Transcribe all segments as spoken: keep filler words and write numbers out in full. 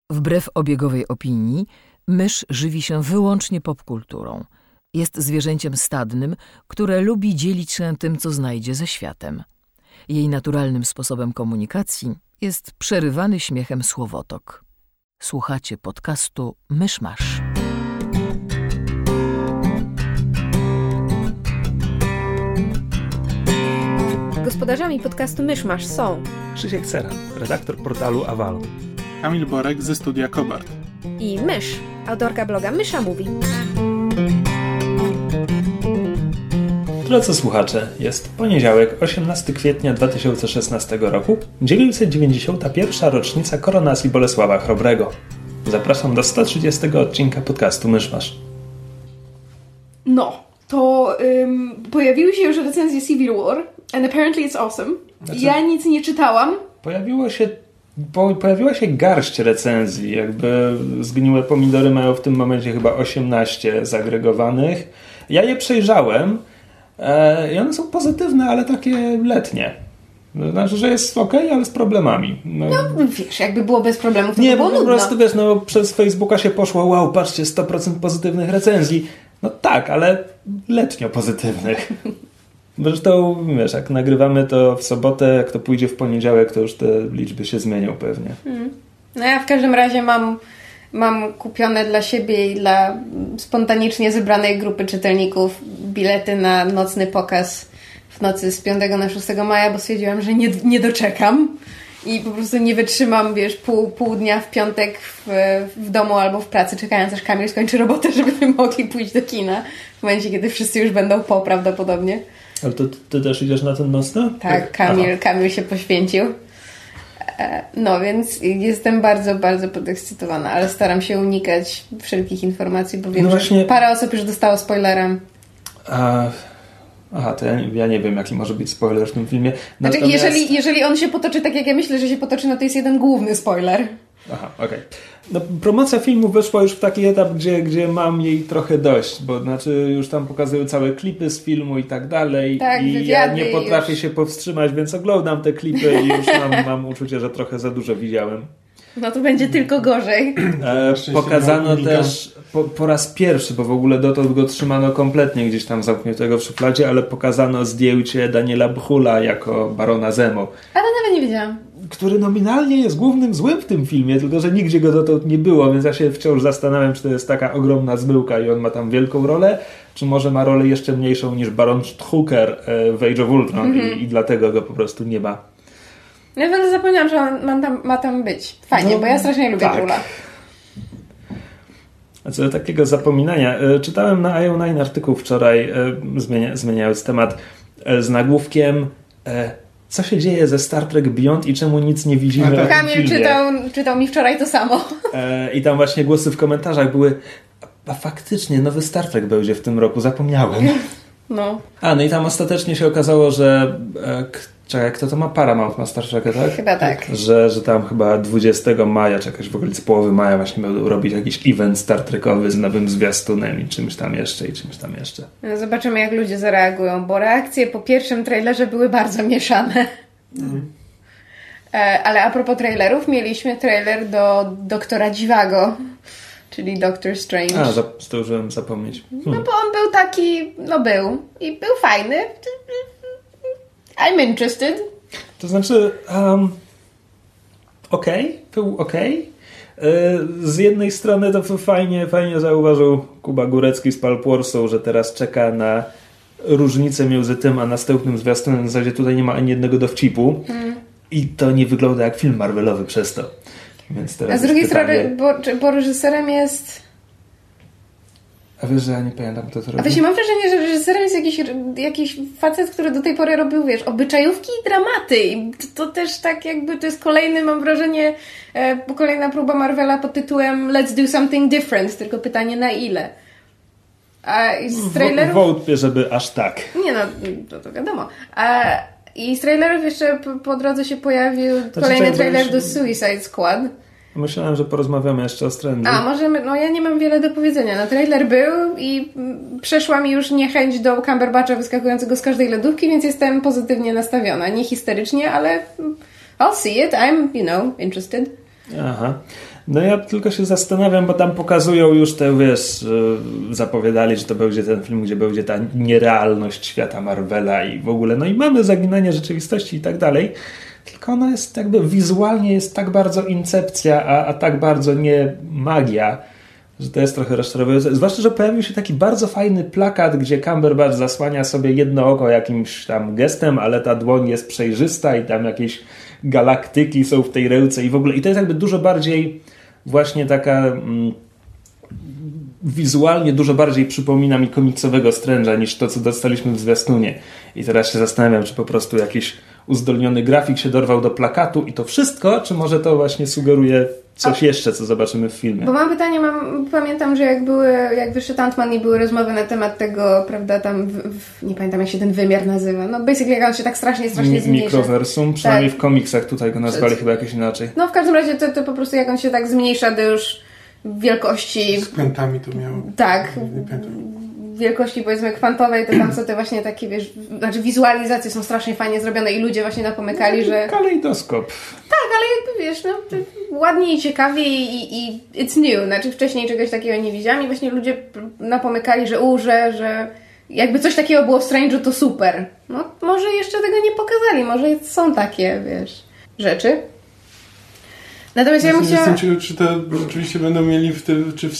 Wbrew obiegowej opinii, mysz żywi się wyłącznie popkulturą. Jest zwierzęciem stadnym, które lubi dzielić się tym, co znajdzie ze światem. Jej naturalnym sposobem komunikacji jest przerywany śmiechem słowotok. Słuchacie podcastu Myszmasz. Gospodarzami podcastu Myszmasz są Krzysiek Ceran, redaktor portalu Avalon, Kamil Borek ze studia Kobart i Mysz, autorka bloga Mysza Mówi. Drodzy słuchacze, jest poniedziałek, osiemnastego kwietnia dwa tysiące szesnastego roku, dziewięćset dziewięćdziesiąta pierwsza rocznica koronacji Bolesława Chrobrego. Zapraszam do sto trzydziestego odcinka podcastu Myszmasz. No, to um, pojawiły się już recenzje Civil War and apparently it's awesome. Znaczy, ja nic nie czytałam. Pojawiło się, po, pojawiła się garść recenzji. Jakby Zgniłe pomidory mają w tym momencie chyba osiemnaście zagregowanych. Ja je przejrzałem e, i one są pozytywne, ale takie letnie. To znaczy, że jest okej, ale z problemami. No, no wiesz, jakby było bez problemów, to nie, by było po nudno. prostu wiesz, no przez Facebooka się poszło, wow, patrzcie, sto procent pozytywnych recenzji. No tak, ale letnio pozytywnych. Zresztą, wiesz, jak nagrywamy to w sobotę, jak to pójdzie w poniedziałek, to już te liczby się zmienią pewnie. Hmm. No ja w każdym razie mam, mam kupione dla siebie i dla spontanicznie zebranej grupy czytelników bilety na nocny pokaz w nocy z piątego na szóstego maja, bo stwierdziłam, że nie, nie doczekam i po prostu nie wytrzymam, wiesz, pół, pół dnia w piątek w, w domu albo w pracy, czekając aż Kamil skończy robotę, żebyśmy mogli pójść do kina w momencie, kiedy wszyscy już będą po prawdopodobnie. Ale to ty też idziesz na ten nocny? Tak, Kamil, Kamil się poświęcił. No więc jestem bardzo, bardzo podekscytowana, ale staram się unikać wszelkich informacji, bo wiem, no właśnie, że parę osób już dostało spoilerem. A... Aha, to ja nie, ja nie wiem, jaki może być spoiler w tym filmie. Natomiast... Znaczy, jeżeli, jeżeli on się potoczy tak, jak ja myślę, że się potoczy, no to jest jeden główny spoiler. Aha, okej. Okay. No, promocja filmu weszła już w taki etap, gdzie, gdzie mam jej trochę dość, bo znaczy już tam pokazują całe klipy z filmu i tak dalej. Tak, i ja nie potrafię już. się powstrzymać, więc oglądam te klipy i już mam, mam uczucie, że trochę za dużo widziałem. No to będzie tylko gorzej. E, pokazano też po, po raz pierwszy, bo w ogóle dotąd go trzymano kompletnie gdzieś tam zamkniętego w szufladzie, ale pokazano zdjęcie Daniela Bhula jako barona Zemo. Ale nawet nie wiedziałam. Który nominalnie jest głównym złym w tym filmie, tylko że nigdzie go dotąd nie było, więc ja się wciąż zastanawiam, czy to jest taka ogromna zmyłka i on ma tam wielką rolę, czy może ma rolę jeszcze mniejszą niż Baron Strucker w Age of Ultron mm-hmm. i, i dlatego go po prostu nie ma. Ja w ogóle zapomniałam, że on ma tam, ma tam być. Fajnie, no, bo ja strasznie lubię tak. Bhula. A co do takiego zapominania, czytałem na I O dziewięć artykuł wczoraj, zmienia, zmieniając temat, z nagłówkiem co się dzieje ze Star Trek Beyond i czemu nic nie widzimy. Tak. Kamil czytał, czytał mi wczoraj to samo. I tam właśnie głosy w komentarzach były, a faktycznie nowy Star Trek będzie w tym roku, zapomniałem. No. A, no i tam ostatecznie się okazało, że czekaj, kto to ma? Paramount ma Star Treka, tak? Chyba tak. Że, że tam chyba dwudziestego maja, czy jakoś w okolicy połowy maja właśnie będą robić jakiś event Star Trekowy z nowym zwiastunem i czymś tam jeszcze i czymś tam jeszcze. No zobaczymy, jak ludzie zareagują, bo reakcje po pierwszym trailerze były bardzo mieszane. Mm. Ale a propos trailerów, mieliśmy trailer do Doktora Dziwago, czyli Doctor Strange. A, zdążyłem zapomnieć. Hmm. No bo on był taki, no był i był fajny. I'm interested. To znaczy, um, okej, okay, był okej. Okay. Z jednej strony to fajnie, fajnie zauważył Kuba Górecki z Palpworsu, że teraz czeka na różnicę między tym a następnym zwiastunem. W zasadzie tutaj nie ma ani jednego dowcipu hmm. i to nie wygląda jak film Marvelowy przez to. Więc teraz a z drugiej pytanie... strony, bo, bo reżyserem jest... A wiesz, że ja nie pamiętam, kto to robi? A właśnie mam wrażenie, że reżyserem jest jakiś, jakiś facet, który do tej pory robił, wiesz, obyczajówki i dramaty. I to też tak jakby, to jest kolejny, mam wrażenie, e, kolejna próba Marvela pod tytułem Let's do something different. Tylko pytanie na ile. A z trailerów... Wątpię, żeby aż tak. Nie no, to, to wiadomo. A, i z trailerów jeszcze po, po drodze się pojawił znaczy, kolejny trailer do Suicide Squad. Myślałem, że porozmawiamy jeszcze o Strange'u. A, możemy, no ja nie mam wiele do powiedzenia. No trailer był i przeszła mi już niechęć do Cumberbatcha wyskakującego z każdej lodówki, więc jestem pozytywnie nastawiona. Nie histerycznie, ale I'll see it. I'm, you know, interested. Aha. No ja tylko się zastanawiam, bo tam pokazują już te, wiesz, zapowiadali, że to będzie ten film, gdzie będzie ta nierealność świata Marvela i w ogóle, no i mamy zaginanie rzeczywistości i tak dalej, tylko ona jest jakby wizualnie jest tak bardzo incepcja, a, a tak bardzo nie magia, że to jest trochę rozczarowujące. Zwłaszcza, że pojawił się taki bardzo fajny plakat, gdzie Cumberbatch zasłania sobie jedno oko jakimś tam gestem, ale ta dłoń jest przejrzysta i tam jakieś galaktyki są w tej ręce i w ogóle. I to jest jakby dużo bardziej właśnie taka mm, wizualnie dużo bardziej przypomina mi komiksowego Strange'a niż to, co dostaliśmy w zwiastunie. I teraz się zastanawiam, czy po prostu jakiś uzdolniony grafik się dorwał do plakatu i to wszystko, czy może to właśnie sugeruje coś jeszcze, co zobaczymy w filmie. Bo mam pytanie, mam, pamiętam, że jak były, jak wyszedł Ant-Man i były rozmowy na temat tego, prawda, tam, w, w, nie pamiętam jak się ten wymiar nazywa, no basically jak on się tak strasznie, strasznie zmniejsza. Mikroversum, przynajmniej tak. w komiksach tutaj go nazwali chyba jakoś inaczej. No w każdym razie to, to po prostu jak on się tak zmniejsza do już wielkości... Z piętami to miało. Tak. Wielkości powiedzmy kwantowej, to tam są te właśnie takie, wiesz, znaczy wizualizacje są strasznie fajnie zrobione i ludzie właśnie napomykali, że... Kalejdoskop. Tak, ale jakby wiesz, no ładniej i ciekawie i, i it's new, znaczy wcześniej czegoś takiego nie widziałam i właśnie ludzie napomykali, że u, że, że jakby coś takiego było w Strange'u, to super. No może jeszcze tego nie pokazali, może są takie, wiesz, rzeczy. Natomiast ja bym chciała... Jestem ciekaw, czy to rzeczywiście będą mieli w tym, czy w,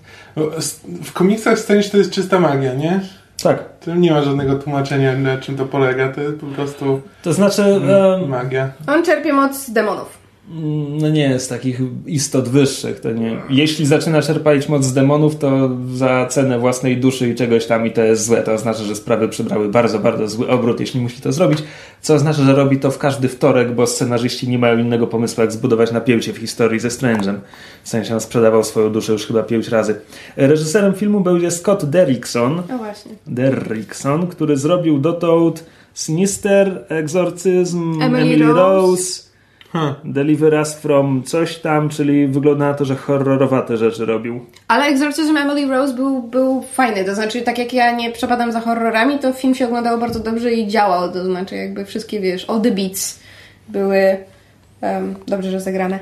w komiksach Strange to jest czysta magia, nie? Tak. To nie ma żadnego tłumaczenia, na czym to polega, to jest po prostu to znaczy, um, magia. On czerpie moc z demonów. No nie, z takich istot wyższych. To nie. Jeśli zaczyna czerpać moc z demonów, to za cenę własnej duszy i czegoś tam i to jest złe. To oznacza, że sprawy przybrały bardzo, bardzo zły obrót, jeśli musi to zrobić. Co oznacza, że robi to w każdy wtorek, bo scenarzyści nie mają innego pomysłu, jak zbudować napięcie w historii ze Strange'em. W sensie on sprzedawał swoją duszę już chyba pięć razy. Reżyserem filmu będzie Scott Derrickson. No właśnie. Derrickson, który zrobił dotąd Sinister, Egzorcyzm, Emily, Emily Rose, Rose. Huh. Deliver Us From coś tam, czyli wygląda na to, że horrorowate rzeczy robił. Ale Egzorcyzm Emily Rose był, był fajny, to znaczy tak jak ja nie przepadam za horrorami, to film się oglądał bardzo dobrze i działał, to znaczy jakby wszystkie, wiesz, all the beats były um, dobrze rozegrane.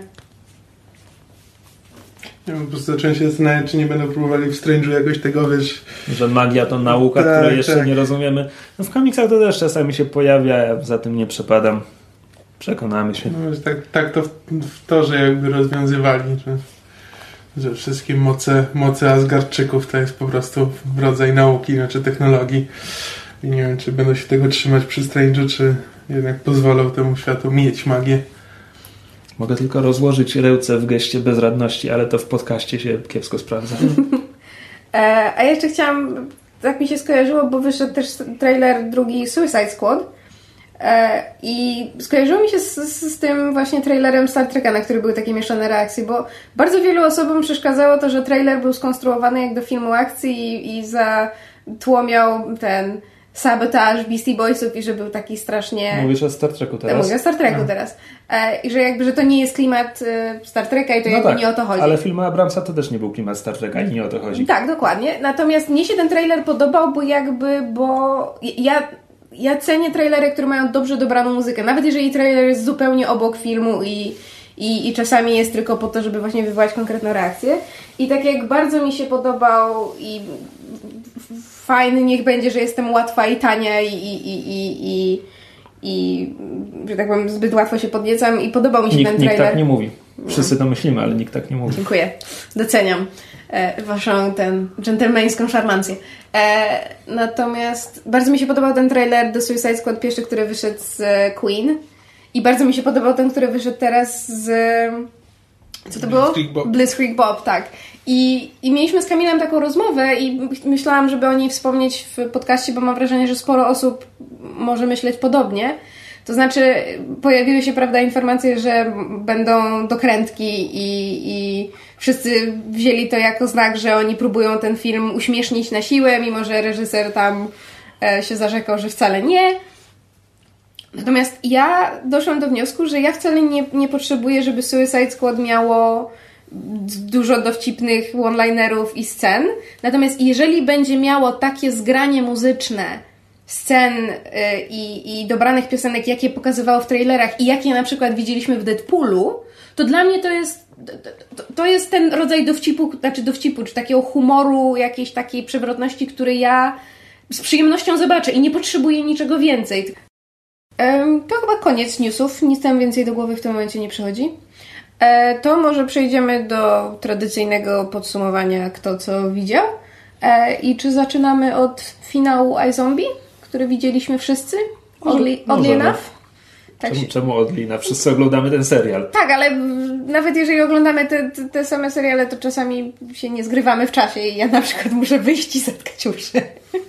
Ja po prostu zacząłem się zastanawiać, czy nie będą próbowali w Strange'u jakoś tego, wiesz... Że magia to nauka, tak, której jeszcze tak. nie rozumiemy. No w komiksach to też czasami się pojawia, ja za tym nie przepadam. Przekonamy się. No, tak, tak to w, w to, że jakby rozwiązywali, że, że wszystkie moce, moce Asgardczyków to jest po prostu rodzaj nauki, znaczy technologii. I nie wiem, czy będą się tego trzymać przy Strange'u, czy jednak pozwolą temu światu mieć magię. Mogę tylko rozłożyć ręce w geście bezradności, ale to w podcaście się kiepsko sprawdza. e, a jeszcze chciałam, tak mi się skojarzyło, bo wyszedł też trailer drugi Suicide Squad. I skojarzyło mi się z, z, z tym właśnie trailerem Star Treka, na który były takie mieszane reakcje, bo bardzo wielu osobom przeszkadzało to, że trailer był skonstruowany jak do filmu akcji i, i zatłomiał ten sabotaż Beastie Boysów i że był taki strasznie... Mówisz o Star Treku teraz? Mówię o Star Treku no. teraz. I że jakby, że to nie jest klimat Star Treka i to no jakby tak, nie o to chodzi. Ale film Abramsa to też nie był klimat Star Treka i nie o to chodzi. Tak, dokładnie. Natomiast mnie się ten trailer podobał, bo jakby, bo ja... Ja cenię trailery, które mają dobrze dobraną muzykę. Nawet jeżeli trailer jest zupełnie obok filmu i, i, i czasami jest tylko po to, żeby właśnie wywołać konkretną reakcję. I tak jak bardzo mi się podobał i fajny niech będzie, że jestem łatwa i tania i, i, i, i, i, i że tak powiem, zbyt łatwo się podniecam i podobał mi się nikt, ten trailer. Nikt tak nie mówi. Wszyscy to myślimy, ale nikt tak nie mówi. Dziękuję. Doceniam e, waszą ten dżentelmeńską szarmancję. E, natomiast bardzo mi się podobał ten trailer do Suicide Squad pierwszy, który wyszedł z Queen. I bardzo mi się podobał ten, który wyszedł teraz z... Co to było? Blitzkrieg Bob. Blitzkrieg Bob, tak. I, I mieliśmy z Kamilem taką rozmowę i myślałam, żeby o niej wspomnieć w podcaście, bo mam wrażenie, że sporo osób może myśleć podobnie. To znaczy pojawiły się, prawda, informacje, że będą dokrętki i, i wszyscy wzięli to jako znak, że oni próbują ten film uśmiesznić na siłę, mimo że reżyser tam e, się zarzekał, że wcale nie. Natomiast ja doszłam do wniosku, że ja wcale nie, nie potrzebuję, żeby Suicide Squad miało dużo dowcipnych one-linerów i scen. Natomiast jeżeli będzie miało takie zgranie muzyczne scen i, i dobranych piosenek, jakie pokazywało w trailerach i jakie na przykład widzieliśmy w Deadpoolu, to dla mnie to jest to, to jest ten rodzaj dowcipu, znaczy dowcipu, czy takiego humoru, jakiejś takiej przewrotności, który ja z przyjemnością zobaczę i nie potrzebuję niczego więcej. To chyba koniec newsów, nic tam więcej do głowy w tym momencie nie przychodzi. To może przejdziemy do tradycyjnego podsumowania, kto co widział. I czy zaczynamy od finału iZombie, który widzieliśmy wszyscy? Oddly, oddly enough? Tak czemu, się... czemu oddly enough? Wszyscy oglądamy ten serial. Tak, ale nawet jeżeli oglądamy te, te, te same seriale, to czasami się nie zgrywamy w czasie i ja na przykład muszę wyjść i zatkać uszy.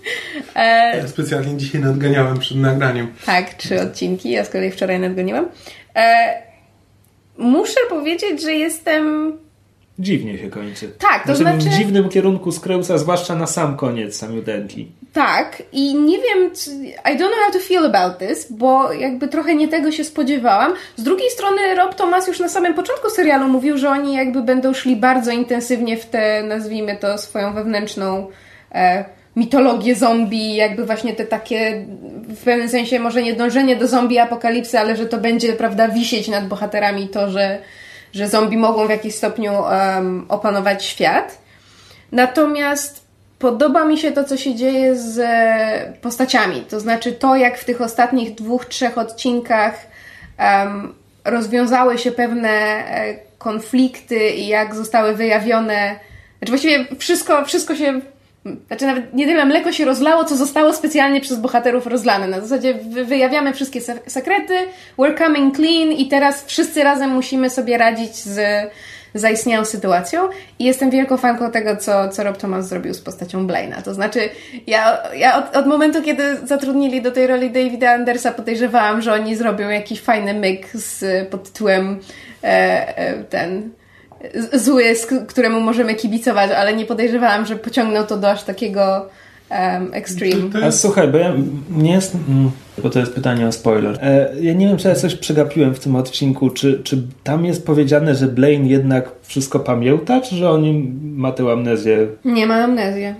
e... Ja specjalnie dzisiaj nadganiałem przed nagraniem. Tak, trzy odcinki. Ja z kolei wczoraj nadgoniłam. E... Muszę powiedzieć, że jestem... Dziwnie się kończy. Tak, to znaczy... znaczy... W dziwnym kierunku skręca, zwłaszcza na sam koniec samiuteńki. Tak, i nie wiem, I don't know how to feel about this, bo jakby trochę nie tego się spodziewałam. Z drugiej strony Rob Thomas już na samym początku serialu mówił, że oni jakby będą szli bardzo intensywnie w tę, nazwijmy to, swoją wewnętrzną e, mitologię zombie, jakby właśnie te takie, w pewnym sensie może nie dążenie do zombie apokalipsy, ale że to będzie, prawda, wisieć nad bohaterami to, że, że zombie mogą w jakimś stopniu um, opanować świat. Natomiast podoba mi się to, co się dzieje z postaciami. To znaczy to, jak w tych ostatnich dwóch, trzech odcinkach um, rozwiązały się pewne e, konflikty i jak zostały wyjawione. Znaczy właściwie wszystko, wszystko się... Znaczy nawet nie tyle mleko się rozlało, co zostało specjalnie przez bohaterów rozlane. Na zasadzie wyjawiamy wszystkie sekrety, we're coming clean i teraz wszyscy razem musimy sobie radzić z zaistniałą sytuacją. I jestem wielką fanką tego, co, co Rob Thomas zrobił z postacią Blaina. To znaczy ja, ja od, od momentu, kiedy zatrudnili do tej roli Davida Andersa, podejrzewałam, że oni zrobią jakiś fajny myk z pod tytułem e, e, ten... zły, któremu możemy kibicować, ale nie podejrzewałam, że pociągnął to do aż takiego um, extreme. A słuchaj, bo ja nie jest... Bo to jest pytanie o spoiler. E, ja nie wiem, czy ja coś przegapiłem w tym odcinku, czy, czy tam jest powiedziane, że Blaine jednak wszystko pamięta, czy że on ma tę amnezję? Nie ma amnezję.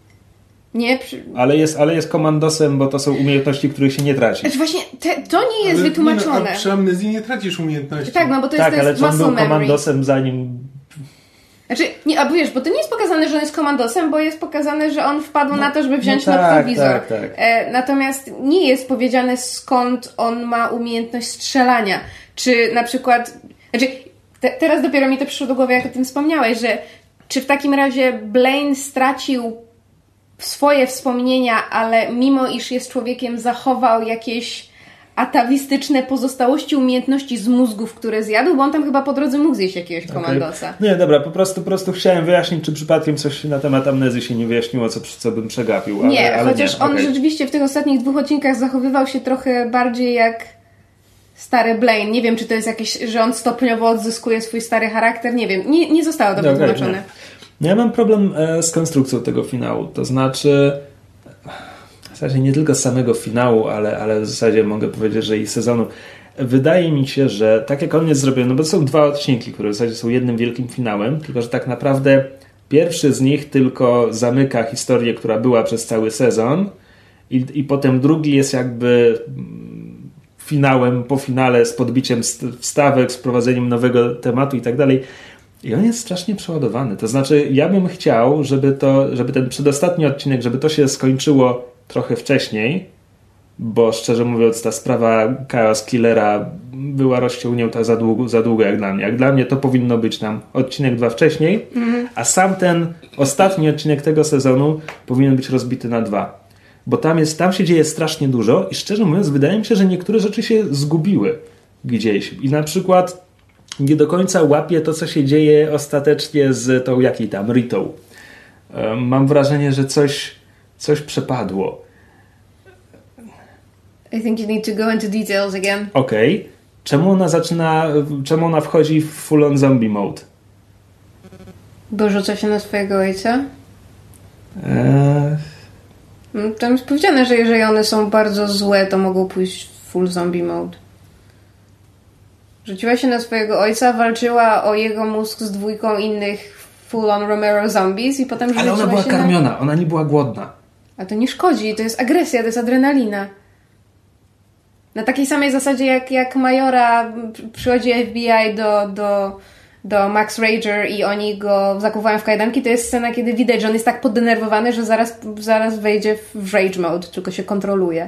Nie, przy... ale, jest, ale jest komandosem, bo to są umiejętności, których się nie traci. Znaczy właśnie te, to nie jest ale wytłumaczone. Nie, no, a przy amnezji nie tracisz umiejętności. Tak, no bo to tak, jest, to jest ale czy on był memory. komandosem zanim... Znaczy, nie, a wiesz, bo to nie jest pokazane, że on jest komandosem, bo jest pokazane, że on wpadł no, na to, żeby wziąć no tak, noktowizor. Tak, tak. E, natomiast nie jest powiedziane, skąd on ma umiejętność strzelania. Czy na przykład... Znaczy, te, teraz dopiero mi to przyszło do głowy, jak o tym wspomniałeś, że czy w takim razie Blaine stracił swoje wspomnienia, ale mimo iż jest człowiekiem, zachował jakieś atawistyczne pozostałości umiejętności z mózgów, które zjadł, bo on tam chyba po drodze mógł zjeść jakiegoś okay. komandosa. Nie, dobra, po prostu, po prostu chciałem wyjaśnić, czy przypadkiem coś na temat amnezji się nie wyjaśniło, co, co bym przegapił. Ale, nie, ale chociaż nie. on Okay. rzeczywiście w tych ostatnich dwóch odcinkach zachowywał się trochę bardziej jak stary Blaine. Nie wiem, czy to jest jakieś, że on stopniowo odzyskuje swój stary charakter, nie wiem. Nie, nie zostało to wytłumaczone. Okay, no ja mam problem z konstrukcją tego finału, to znaczy w zasadzie nie tylko z samego finału, ale, ale w zasadzie mogę powiedzieć, że i sezonu. Wydaje mi się, że tak jak on jest zrobiony, no bo to są dwa odcinki, które w zasadzie są jednym wielkim finałem, tylko że tak naprawdę pierwszy z nich tylko zamyka historię, która była przez cały sezon i, i potem drugi jest jakby finałem po finale z podbiciem wstawek, z wprowadzeniem nowego tematu i tak dalej. I on jest strasznie przeładowany. To znaczy, ja bym chciał, żeby to, żeby ten przedostatni odcinek, żeby to się skończyło trochę wcześniej, bo szczerze mówiąc ta sprawa Chaos Killera była rozciągnięta za długo, za długo jak dla mnie. Jak dla mnie to powinno być tam odcinek dwa wcześniej, mm. a sam ten ostatni odcinek tego sezonu powinien być rozbity na dwa. Bo tam, jest, tam się dzieje strasznie dużo i szczerze mówiąc wydaje mi się, że niektóre rzeczy się zgubiły gdzieś. I na przykład nie do końca łapię to, co się dzieje ostatecznie z tą jakiej tam Ritą. Mam wrażenie, że coś, coś przepadło. I think you need to go into details again. Okej. Okay. Czemu ona zaczyna, czemu ona wchodzi w full on zombie mode? Bo rzuca się na swojego ojca? Eee... Tam jest powiedziane, że jeżeli one są bardzo złe, to mogą pójść w full zombie mode. Rzuciła się na swojego ojca, walczyła o jego mózg z dwójką innych full-on Romero zombies i potem rzuciła się Ale ona była się karmiona, na... ona nie była głodna. A to nie szkodzi, to jest agresja, to jest adrenalina. Na takiej samej zasadzie jak, jak Majora przychodzi F B I do, do do Max Rager i oni go zakuwają w kajdanki, to jest scena, kiedy widać, że on jest tak poddenerwowany, że zaraz, zaraz wejdzie w rage mode, tylko się kontroluje.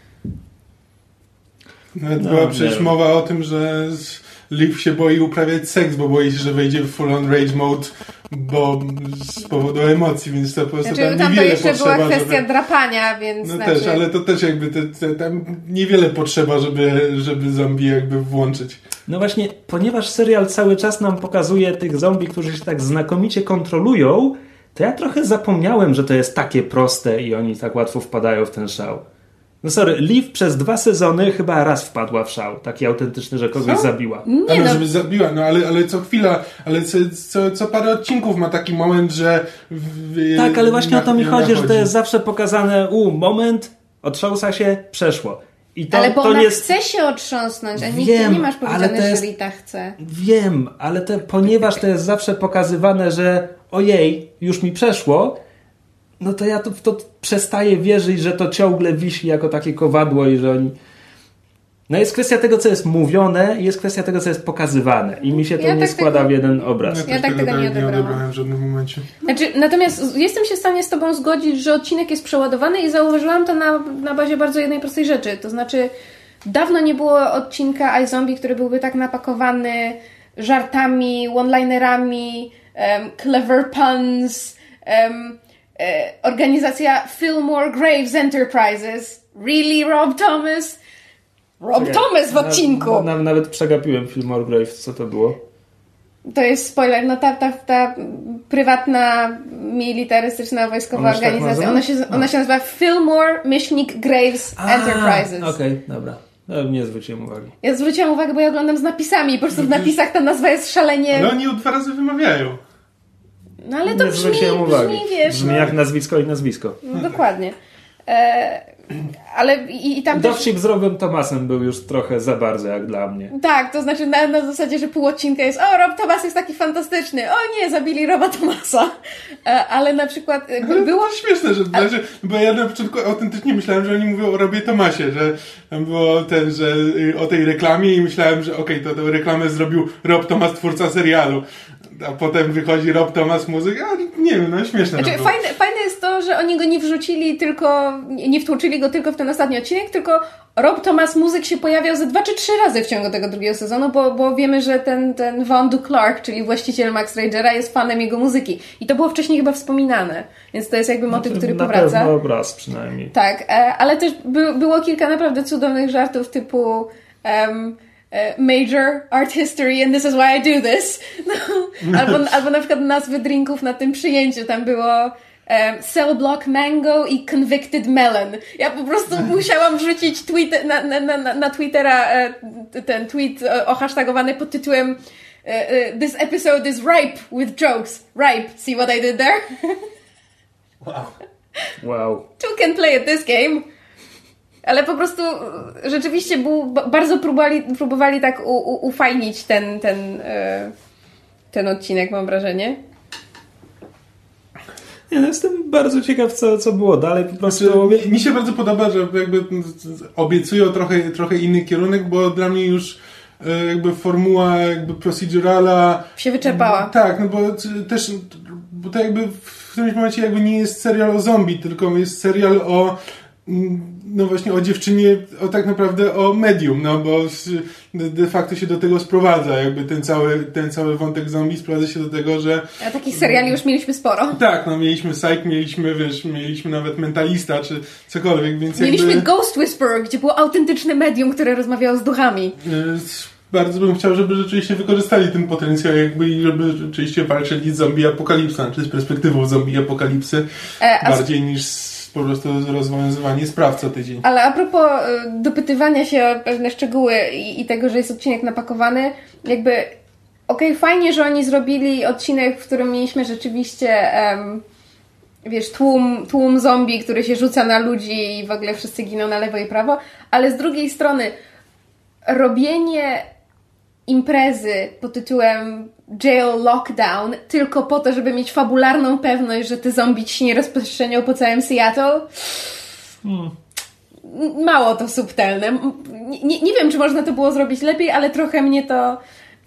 Nawet No, była przecież nie. mowa o tym, że Liv się boi uprawiać seks, bo boi się, że wejdzie w full on rage mode, bo z powodu emocji, więc to po prostu Znaczy, tam tam to niewiele jeszcze potrzeba, była kwestia żeby... drapania, więc No znaczy... też, ale to też jakby te, te, tam niewiele potrzeba, żeby, żeby zombie jakby włączyć. No właśnie, ponieważ serial cały czas nam pokazuje tych zombie, którzy się tak znakomicie kontrolują, to ja trochę zapomniałem, że to jest takie proste i oni tak łatwo wpadają w ten szał. No sorry, Liv przez dwa sezony chyba raz wpadła w szał, taki autentyczny, że kogoś Co? zabiła. Nie ale no, żeby zabiła, no ale, ale co chwila, ale co, co, co parę odcinków ma taki moment, że... W, Tak, ale właśnie na, o to mi chodzi, nachodzi. że to jest zawsze pokazane, u, moment, otrząsa się, przeszło. I to, ale bo to ona jest... chce się otrząsnąć, a nigdy Wiem, nie masz ale powiedziane, to jest- że Rita chce. Wiem, ale te, ponieważ to jest zawsze pokazywane, że ojej, już mi przeszło, no to ja to, w to przestaję wierzyć, że to ciągle wisi jako takie kowadło i że oni... No jest kwestia tego, co jest mówione i jest kwestia tego, co jest pokazywane. I mi się to Ja nie tak składa tego- w jeden obraz. Ja, Ja też tak tego nie nie odebrałam. odebrałem w żadnym momencie. Znaczy, natomiast jestem się w stanie z tobą zgodzić, że odcinek jest przeładowany i zauważyłam to na, na bazie bardzo jednej prostej rzeczy. To znaczy, dawno nie było odcinka iZombie, który byłby tak napakowany żartami, one-linerami, um, clever puns, um, e, organizacja Fillmore Graves Enterprises. Really, Rob Thomas? Rob Czekaj, Thomas w odcinku! Na, na, nawet przegapiłem Fillmore Graves, co to było. To jest spoiler, no ta, ta, ta prywatna, militarystyczna, wojskowa Ona się tak organizacja, nazywa? ona się, ona się nazywa Fillmore Myślnik Graves Enterprises. Okej, okay, dobra. No, nie zwróciłem uwagi. Ja zwróciłam uwagę, bo ja oglądam z napisami i po prostu w napisach ta nazwa jest szalenie... Ale oni ją dwa razy wymawiają. No ale to nie brzmi, zwróciłem uwagi. brzmi, wiesz... Brzmi no, jak nazwisko i nazwisko. no, dokładnie. E, ale i, i tam też... Dowcip z Robem Thomasem był już trochę za bardzo jak dla mnie. Tak, to znaczy na, na zasadzie, że pół odcinka jest o, Rob Thomas jest taki fantastyczny, o nie, zabili Roba Thomasa. E, ale na przykład e, Ale było... to śmieszne, że, A... że bo ja na początku autentycznie myślałem, że oni mówią o Robie Thomasie, że tam było ten, że y, o tej reklamie i myślałem, że okej, okay, to tę reklamę zrobił Rob Thomas, twórca serialu. A potem wychodzi Rob Thomas, muzyk, a nie wiem, no śmieszne. Znaczy, fajne, fajne jest to, że oni go nie wrzucili tylko, nie wtłoczyli go tylko w ten ostatni odcinek, tylko Rob Thomas muzyk się pojawiał ze dwa czy trzy razy w ciągu tego drugiego sezonu, bo, bo wiemy, że ten, ten Von Du Clark, czyli właściciel Max Ragera, jest fanem jego muzyki. I to było wcześniej chyba wspominane, więc to jest jakby motyw, który na powraca. pewno obraz przynajmniej. Tak, e, ale też by, było kilka naprawdę cudownych żartów typu um, Major Art History and this is why I do this. No, albo, albo na przykład nazwy drinków na tym przyjęciu. Tam było um, Cell Block Mango i Convicted Melon. Ja po prostu musiałam wrzucić tweet, na, na, na, na Twittera ten tweet ohashtagowany pod tytułem This episode is ripe with jokes. Ripe. See what I did there? Wow. Wow. Two can play at this game. Ale po prostu rzeczywiście był, bardzo próbowali, próbowali tak u, u, ufajnić ten, ten, ten odcinek, mam wrażenie. Nie, no jestem bardzo ciekaw, co, co było dalej. Po prostu... Znaczy, mi, mi się bardzo podoba, że jakby obiecują trochę, trochę inny kierunek, bo dla mnie już jakby formuła jakby procedurala się wyczerpała. Tak, no bo też bo to jakby w którymś momencie jakby nie jest serial o zombie, tylko jest serial o no właśnie o dziewczynie, o tak naprawdę o medium, no bo de facto się do tego sprowadza, jakby ten cały, ten cały wątek zombie sprowadza się do tego, że... A takich seriali już mieliśmy sporo. Tak, no mieliśmy Psych, mieliśmy, wiesz, mieliśmy nawet Mentalista, czy cokolwiek, więc mieliśmy jakby... Ghost Whisperer, gdzie było autentyczne medium, które rozmawiało z duchami. Bardzo bym chciał, żeby rzeczywiście wykorzystali ten potencjał jakby i żeby rzeczywiście walczyli z zombie apokalipsą, czy z perspektywą zombie apokalipsy, e, bardziej niż po prostu rozwiązywanie spraw co tydzień. Ale a propos dopytywania się o pewne szczegóły i, i tego, że jest odcinek napakowany, jakby okej, okay, fajnie, że oni zrobili odcinek, w którym mieliśmy rzeczywiście um, wiesz, tłum, tłum zombie, który się rzuca na ludzi i w ogóle wszyscy giną na lewo i prawo, ale z drugiej strony robienie imprezy pod tytułem Jail Lockdown tylko po to, żeby mieć fabularną pewność, że te zombie ci się nie rozprzestrzenią po całym Seattle. Hmm. Mało to subtelne. Nie, nie wiem, czy można to było zrobić lepiej, ale trochę mnie to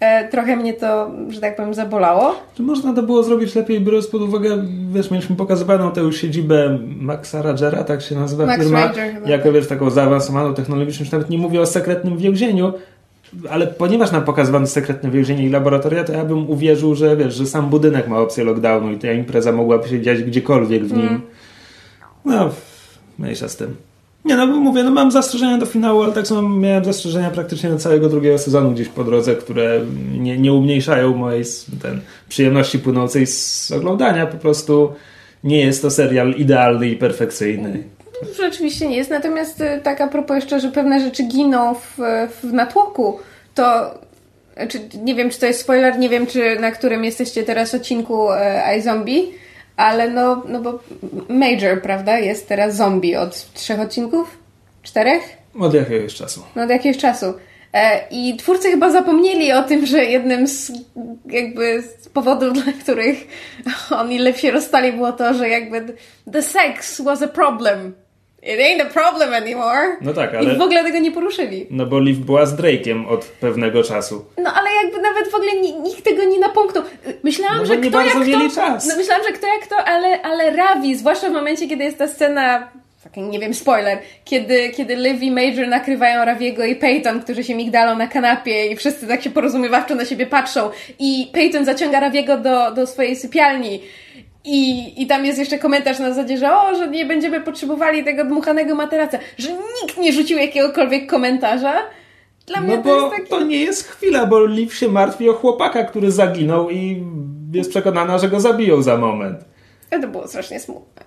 E, trochę mnie to, że tak powiem, zabolało. Czy można to było zrobić lepiej, biorąc pod uwagę, wiesz, mieliśmy pokazywaną tę już siedzibę Maxa Rogera, tak się nazywa Max firma, Roger chyba, jako tak. wiesz, taką zaawansowaną technologicznie, już nawet nie mówię o sekretnym więzieniu, ale ponieważ nam pokazywano sekretne więzienie i laboratoria, to ja bym uwierzył, że wiesz, że sam budynek ma opcję lockdownu i ta impreza mogłaby się dziać gdziekolwiek w nim. Mm. No, mniejsza z tym. Nie, no mówię, no mam zastrzeżenia do finału, ale tak samo miałem zastrzeżenia praktycznie do całego drugiego sezonu gdzieś po drodze, które nie, nie umniejszają mojej ten, przyjemności płynącej z oglądania. Po prostu nie jest to serial idealny i perfekcyjny. Rzeczywiście nie jest, natomiast tak a propos jeszcze, że pewne rzeczy giną w, w natłoku, to czy, nie wiem, czy to jest spoiler, nie wiem, czy na którym jesteście teraz odcinku e, iZombie, ale no, no bo Major, prawda, jest teraz zombie od trzech odcinków? Czterech? Od jakiegoś czasu. No od jakiegoś czasu. E, I twórcy chyba zapomnieli o tym, że jednym z jakby z powodów, dla których oni lepiej się rozstali, było to, że jakby the sex was a problem. It ain't a problem anymore. No tak, ale... I w ogóle tego nie poruszyli. No bo Liv była z Drake'iem od pewnego czasu. No ale jakby nawet w ogóle nikt tego nie napomknął. Myślałam, no, że nie kto bardzo jak mieli to... czas. No myślałam, że kto jak to, ale, ale Ravi, zwłaszcza w momencie, kiedy jest ta scena... nie wiem, spoiler, kiedy, kiedy Liv i Major nakrywają Raviego i Peyton, którzy się migdalą na kanapie i wszyscy tak się porozumiewawczo na siebie patrzą i Peyton zaciąga Raviego do, do swojej sypialni i, i tam jest jeszcze komentarz na zasadzie, że o, że nie będziemy potrzebowali tego dmuchanego materaca, że nikt nie rzucił jakiegokolwiek komentarza. Dla mnie no to bo jest taki... to nie jest chwila, bo Liv się martwi o chłopaka, który zaginął i jest przekonana, że go zabiją za moment. To było strasznie smutne.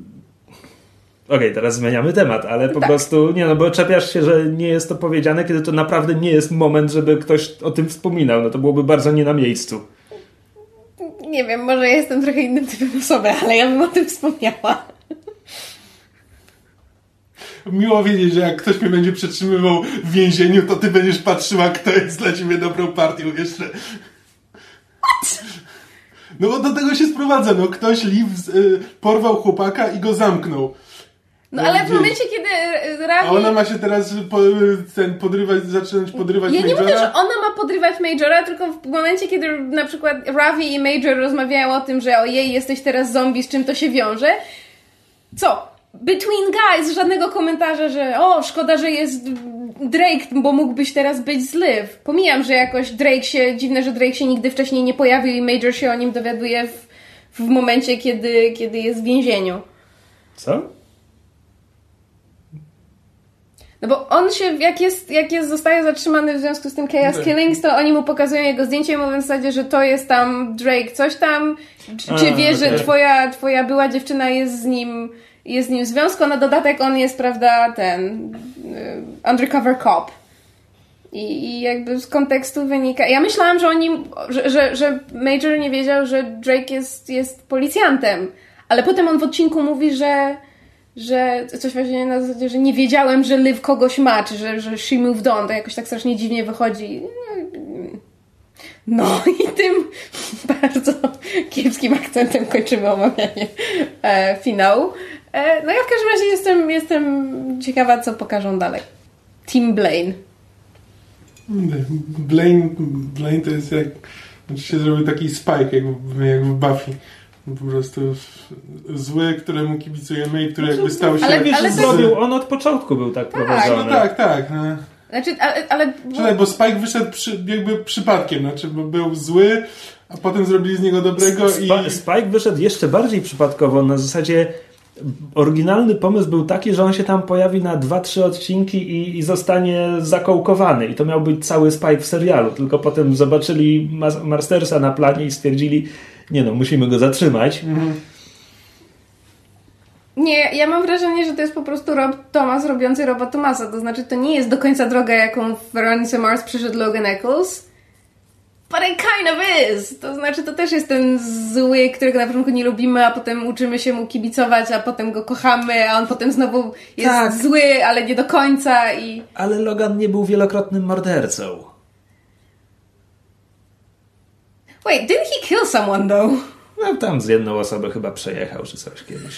Okej, okay, teraz zmieniamy temat, ale po tak. prostu, nie no, bo czepiasz się, że nie jest to powiedziane, kiedy to naprawdę nie jest moment, żeby ktoś o tym wspominał. No to byłoby bardzo nie na miejscu. Nie wiem, może ja jestem trochę innym typem osoby, ale ja bym o tym wspomniała. Miło wiedzieć, że jak ktoś mnie będzie przetrzymywał w więzieniu, to ty będziesz patrzyła, kto jest dla ciebie dobrą partią jeszcze. What? No bo do tego się sprowadza, no ktoś Liv y, porwał chłopaka i go zamknął. No ale w momencie, kiedy Ravi... A ona ma się teraz po, ten podrywać, zacząć podrywać Ja Majora? nie mówię, że ona ma podrywać Majora, tylko w momencie, kiedy na przykład Ravi i Major rozmawiają o tym, że ojej, jesteś teraz zombie, z czym to się wiąże. Co? Between guys, żadnego komentarza, że o, szkoda, że jest Drake, bo mógłbyś teraz być z Liv. Pomijam, że jakoś Drake się, dziwne, że Drake się nigdy wcześniej nie pojawił i Major się o nim dowiaduje w, w momencie, kiedy, kiedy jest w więzieniu. Co? No bo on się, jak jest, jak jest, zostaje zatrzymany w związku z tym Chaos tak. Killings, to oni mu pokazują jego zdjęcie i mówią w zasadzie, że to jest tam Drake, coś tam, czy, czy A, wie, że okay. twoja, twoja była dziewczyna jest z nim, jest z nim w związku, a na dodatek on jest, prawda, ten y, undercover cop. I, I jakby z kontekstu wynika... Ja myślałam, że oni, że, że, że Major nie wiedział, że Drake jest, jest policjantem, ale potem on w odcinku mówi, że że coś właśnie na zasadzie, że nie wiedziałem, że Liv kogoś ma, czy że, że she moved on, to jakoś tak strasznie dziwnie wychodzi. No i tym bardzo kiepskim akcentem kończymy omawianie e, finału. E, no ja w każdym razie jestem, jestem ciekawa, co pokażą dalej. Team Blaine. Blaine, Blaine to jest jak... Znaczy się zrobił taki Spike, jak w, jak w Buffy. Po prostu zły, któremu kibicujemy i który jakby stał się... Ale wiesz, ale że to... zrobił, on od początku był tak, tak prowadzony. No tak, tak. No. Znaczy, ale... ale... Czekaj, bo Spike wyszedł przy, jakby przypadkiem, znaczy bo był zły, a potem zrobili z niego dobrego Sp- i... Spike wyszedł jeszcze bardziej przypadkowo, na zasadzie oryginalny pomysł był taki, że on się tam pojawi na dwa trzy odcinki i, i zostanie zakołkowany i to miał być cały Spike w serialu, tylko potem zobaczyli Mas- Mastersa na planie i stwierdzili, nie no, musimy go zatrzymać. Mhm. Nie, ja mam wrażenie, że to jest po prostu Rob Thomas robiący Roba Thomasa, to znaczy to nie jest do końca droga, jaką w Veronice Mars przyszedł Logan Eccles, but it kind of is. To znaczy to też jest ten zły, którego na początku nie lubimy, a potem uczymy się mu kibicować, a potem go kochamy, a on potem znowu jest tak. zły, ale nie do końca i... Ale Logan nie był wielokrotnym mordercą. Wait, didn't he kill someone though? No tam z jedną osobą chyba przejechał, czy coś kiedyś.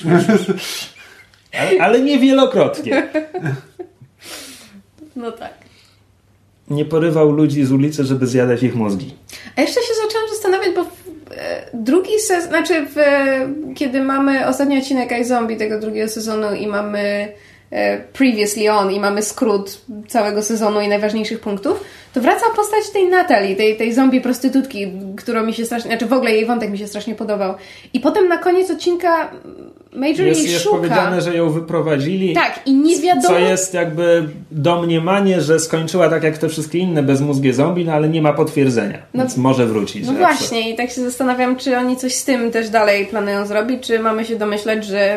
ale, ale nie wielokrotnie. No tak. nie porywał ludzi z ulicy, żeby zjadać ich mózgi. A jeszcze się zaczęłam zastanawiać, bo w, e, drugi sezon, znaczy w, e, kiedy mamy ostatni odcinek iZombie tego drugiego sezonu i mamy e, Previously On i mamy skrót całego sezonu i najważniejszych punktów, to wraca postać tej Natalie, tej, tej zombie prostytutki, którą mi się strasznie, znaczy w ogóle jej wątek mi się strasznie podobał. I potem na koniec odcinka Major jest, jej jest szuka. powiedziane, że ją wyprowadzili. Tak, i nie wiadomo... Co jest jakby domniemanie, że skończyła tak jak te wszystkie inne bezmózgie zombie, no ale nie ma potwierdzenia, no, więc może wrócić. No właśnie, i tak się zastanawiam, czy oni coś z tym też dalej planują zrobić, czy mamy się domyśleć, że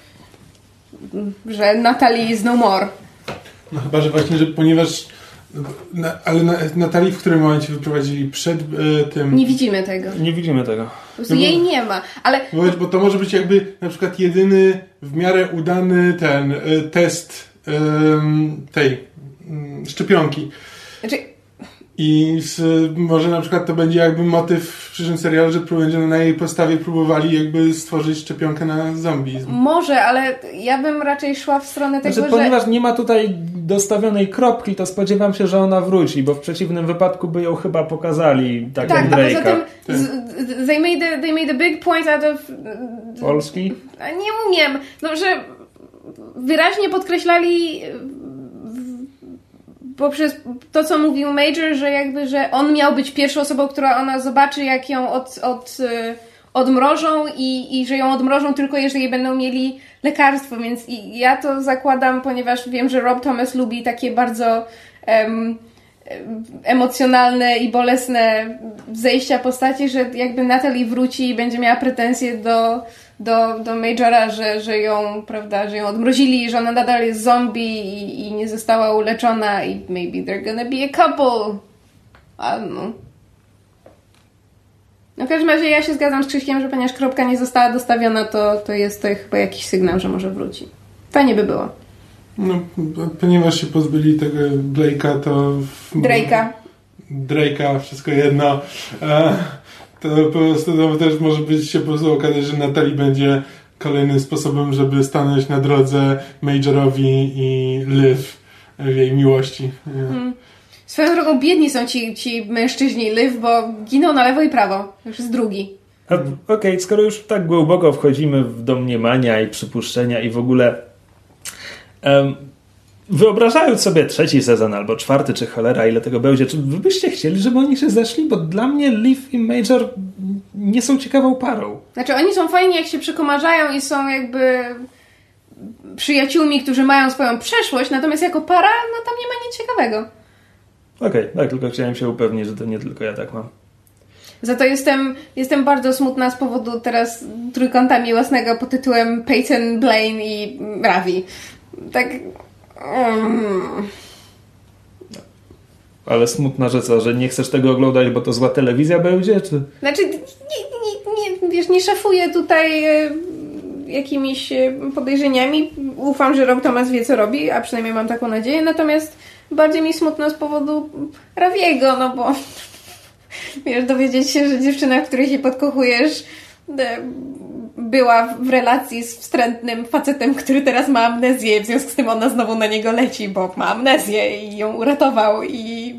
że Natalie is no more. No chyba, że właśnie, że ponieważ na, ale na, Natalii w którym momencie wyprowadzili przed y, tym... Nie widzimy tego. Nie widzimy tego. Po prostu no bo, jej nie ma, ale... Bo, bo to może być jakby na przykład jedyny w miarę udany ten y, test y, tej y, szczepionki. Znaczy... I z, może na przykład to będzie jakby motyw w przyszłym serialu, że będzie na jej podstawie próbowali jakby stworzyć szczepionkę na zombie. Może, ale ja bym raczej szła w stronę tego, znaczy, że... Ponieważ nie ma tutaj dostawionej kropki, to spodziewam się, że ona wróci, bo w przeciwnym wypadku by ją chyba pokazali tak, tak jak Drake'a. Tak, a poza tym z, they, made the, they made a big point out of... Polski? Nie umiem. No, że wyraźnie podkreślali poprzez to, co mówił Major, że jakby, że on miał być pierwszą osobą, która ona zobaczy, jak ją od, od, odmrożą i, i że ją odmrożą tylko jeżeli będą mieli lekarstwo, więc i ja to zakładam, ponieważ wiem, że Rob Thomas lubi takie bardzo um, emocjonalne i bolesne zejścia postaci, że jakby Natalie wróci i będzie miała pretensje do, do, do Majora, że, że ją, prawda, że ją odmrozili, że ona nadal jest zombie i, i nie została uleczona i maybe they're gonna be a couple. I don't know. No w każdym razie ja się zgadzam z Krzyśkiem, że ponieważ kropka nie została dostawiona, to, to jest to chyba jakiś sygnał, że może wróci. Fajnie by było. No, ponieważ się pozbyli tego Blake'a, to... Drake'a. Drake'a, wszystko jedno. To po prostu to też może być się po prostu okazać, że Natalie będzie kolejnym sposobem, żeby stanąć na drodze Majorowi i Liv w jej miłości. Hmm. Swoją drogą biedni są ci, ci mężczyźni Liv, bo giną na lewo i prawo. Już jest drugi. Okej, okay, skoro już tak głęboko wchodzimy w domniemania i przypuszczenia i w ogóle um, wyobrażając sobie trzeci sezon albo czwarty, czy cholera, ile tego będzie, czy wy byście chcieli, żeby oni się zeszli? Bo dla mnie Liv i Major nie są ciekawą parą. Znaczy oni są fajni, jak się przekomarzają i są jakby przyjaciółmi, którzy mają swoją przeszłość, natomiast jako para, no tam nie ma nic ciekawego. Okej, okay, tak, tylko chciałem się upewnić, że to nie tylko ja tak mam. Za to jestem, jestem bardzo smutna z powodu teraz trójkąta miłosnego pod tytułem Peyton, Blaine i Ravi. Tak... Um. Ale smutna, że co, że nie chcesz tego oglądać, bo to zła telewizja będzie, czy... Znaczy, nie, nie, nie, wiesz, nie szafuję tutaj e, jakimiś podejrzeniami. Ufam, że Rob Thomas wie, co robi, a przynajmniej mam taką nadzieję, natomiast bardziej mi smutno z powodu Raviego, no bo wiesz, dowiedzieć się, że dziewczyna, w której się podkochujesz, e, była w relacji z wstrętnym facetem, który teraz ma amnezję, w związku z tym ona znowu na niego leci, bo ma amnezję i ją uratował i...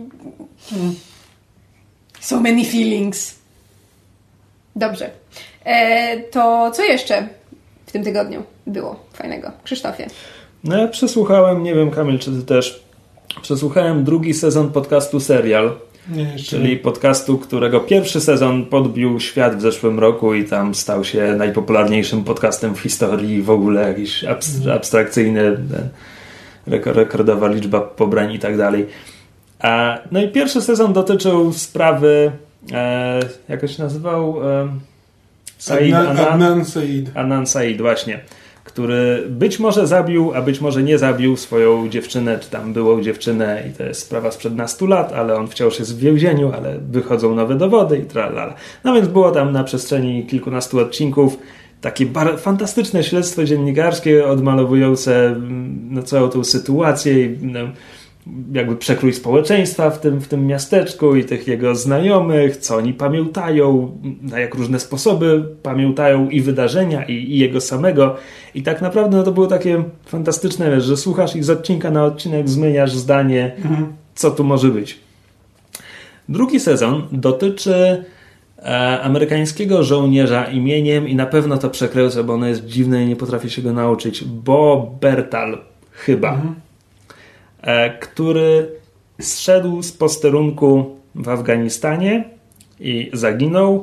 So many feelings. Dobrze. E, to co jeszcze w tym tygodniu było fajnego? Krzysztofie. No ja przesłuchałem, nie wiem Kamil, czy ty też, przesłuchałem drugi sezon podcastu Serial. Nie, czyli podcastu, którego pierwszy sezon podbił świat w zeszłym roku i tam stał się najpopularniejszym podcastem w historii, w ogóle jakiś abs- abstrakcyjny, rekordowa liczba pobrań i tak dalej. A, no i pierwszy sezon dotyczył sprawy, e, jak to się nazywał? E, Said Adnan, Adnan, Adnan Said. Adnan Said, właśnie. Który być może zabił, a być może nie zabił swoją dziewczynę, czy tam byłą dziewczynę i to jest sprawa sprzed nastu lat, ale on wciąż jest w więzieniu, ale wychodzą nowe dowody i tralala. No więc było tam na przestrzeni kilkunastu odcinków takie bar- fantastyczne śledztwo dziennikarskie odmalowujące no, całą tą sytuację i no, jakby przekrój społeczeństwa w tym, w tym miasteczku i tych jego znajomych, co oni pamiętają, na jak różne sposoby pamiętają i wydarzenia, i, i jego samego. I tak naprawdę no, to było takie fantastyczne, wiesz, że słuchasz i z odcinka na odcinek zmieniasz zdanie, mhm. co tu może być. Drugi sezon dotyczy e, amerykańskiego żołnierza imieniem, i na pewno to przekręcę, bo ono jest dziwne i nie potrafię się go nauczyć, Bo Bertal chyba, mhm. e, który zszedł z posterunku w Afganistanie i zaginął,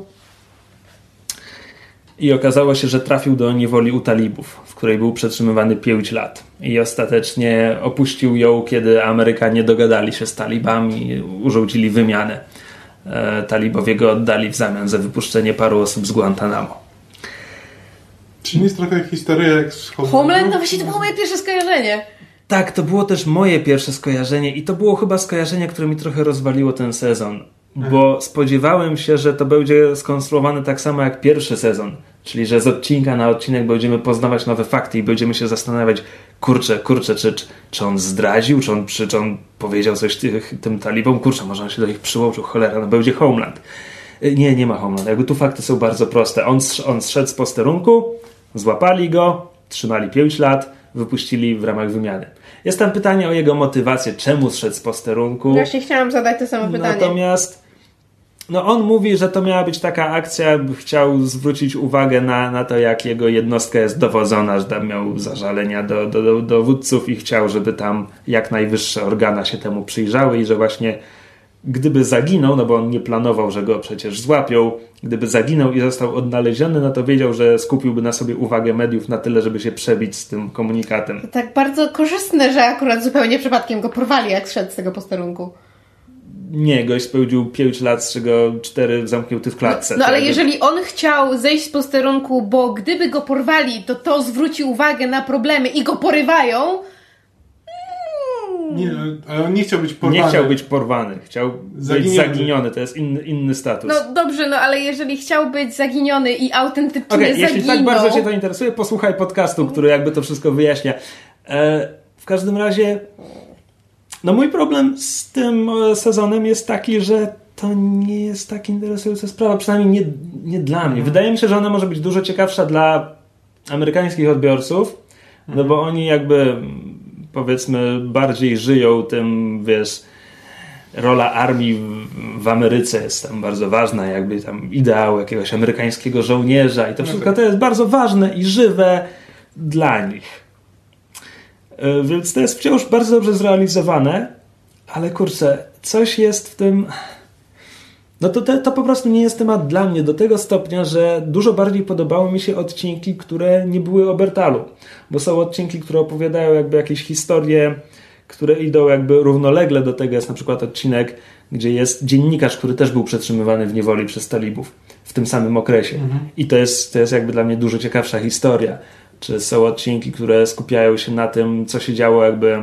i okazało się, że trafił do niewoli u talibów, w której był przetrzymywany pięć lat, i ostatecznie opuścił ją, kiedy Amerykanie dogadali się z talibami i urządzili wymianę. E, talibowie go oddali w zamian za wypuszczenie paru osób z Guantanamo. Czy nie jest trochę historia jak z Homeland? Homeland? No właśnie, to było moje pierwsze skojarzenie. Tak, to było też moje pierwsze skojarzenie i to było chyba skojarzenie, które mi trochę rozwaliło ten sezon. Bo spodziewałem się, że to będzie skonstruowane tak samo jak pierwszy sezon. Czyli, że z odcinka na odcinek będziemy poznawać nowe fakty i będziemy się zastanawiać, kurczę, kurczę, czy, czy on zdradził, czy on, czy, czy on powiedział coś tych, tym talibom, kurczę, może on się do nich przyłączył, cholera, no będzie Homeland. Nie, nie ma Homeland. Jakby tu fakty są bardzo proste. On, on zszedł z posterunku, złapali go, trzymali pięć lat, wypuścili w ramach wymiany. Jest tam pytanie o jego motywację, czemu zszedł z posterunku. Właśnie chciałam zadać to samo pytanie. Natomiast no on mówi, że to miała być taka akcja, chciał zwrócić uwagę na, na to, jak jego jednostka jest dowodzona, że tam miał zażalenia do, do, do dowódców i chciał, żeby tam jak najwyższe organa się temu przyjrzały i że właśnie gdyby zaginął, no bo on nie planował, że go przecież złapią, gdyby zaginął i został odnaleziony, no to wiedział, że skupiłby na sobie uwagę mediów na tyle, żeby się przebić z tym komunikatem. To tak bardzo korzystne, że akurat zupełnie przypadkiem go porwali, jak szedł z tego posterunku. Nie, gość spełnił pięć lat, z czego cztery zamknięty w klatce. No, no ale jeżeli on chciał zejść z posterunku, bo gdyby go porwali, to to zwróci uwagę na problemy i go porywają. Nie, ale on nie chciał być porwany. Nie chciał być porwany, chciał zaginiony. być zaginiony, to jest inny, inny status. No dobrze, no ale jeżeli chciał być zaginiony i autentycznie okay, zaginął... Jeśli tak bardzo cię to interesuje, posłuchaj podcastu, który jakby to wszystko wyjaśnia. E, w każdym razie no mój problem z tym sezonem jest taki, że to nie jest tak interesująca sprawa, przynajmniej nie, nie dla mnie. Wydaje mi się, że ona może być dużo ciekawsza dla amerykańskich odbiorców, no bo oni jakby powiedzmy bardziej żyją tym, wiesz, rola armii w, w Ameryce jest tam bardzo ważna, jakby tam ideał jakiegoś amerykańskiego żołnierza i to wszystko to jest bardzo ważne i żywe dla nich. Więc to jest wciąż bardzo dobrze zrealizowane, ale kurczę, coś jest w tym... No to, to, to po prostu nie jest temat dla mnie do tego stopnia, że dużo bardziej podobały mi się odcinki, które nie były o Bertalu. Bo są odcinki, które opowiadają jakby jakieś historie, które idą jakby równolegle do tego. Jest na przykład odcinek, gdzie jest dziennikarz, który też był przetrzymywany w niewoli przez talibów w tym samym okresie. Mhm. I to jest, to jest jakby dla mnie dużo ciekawsza historia. Czy są odcinki, które skupiają się na tym, co się działo jakby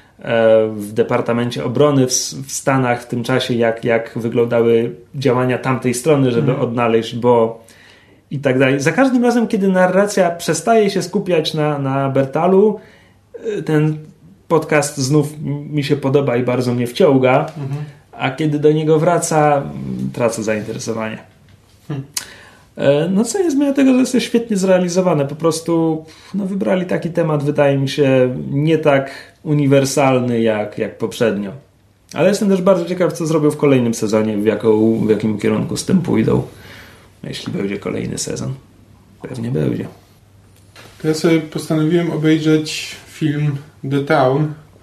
w Departamencie Obrony w, w Stanach w tym czasie, jak, jak wyglądały działania tamtej strony, żeby mm. odnaleźć, bo i tak dalej. Za każdym razem, kiedy narracja przestaje się skupiać na, na Bertalu, ten podcast znów mi się podoba i bardzo mnie wciąga, mm-hmm. a kiedy do niego wraca, tracę zainteresowanie. Hmm. No co nie zmienia tego, że jest to świetnie zrealizowane. Po prostu no, wybrali taki temat, wydaje mi się, nie tak uniwersalny jak, jak poprzednio. Ale jestem też bardzo ciekaw, co zrobią w kolejnym sezonie, w, jaką, w jakim kierunku z tym pójdą. Jeśli będzie kolejny sezon. Pewnie będzie. To ja sobie postanowiłem obejrzeć film The Town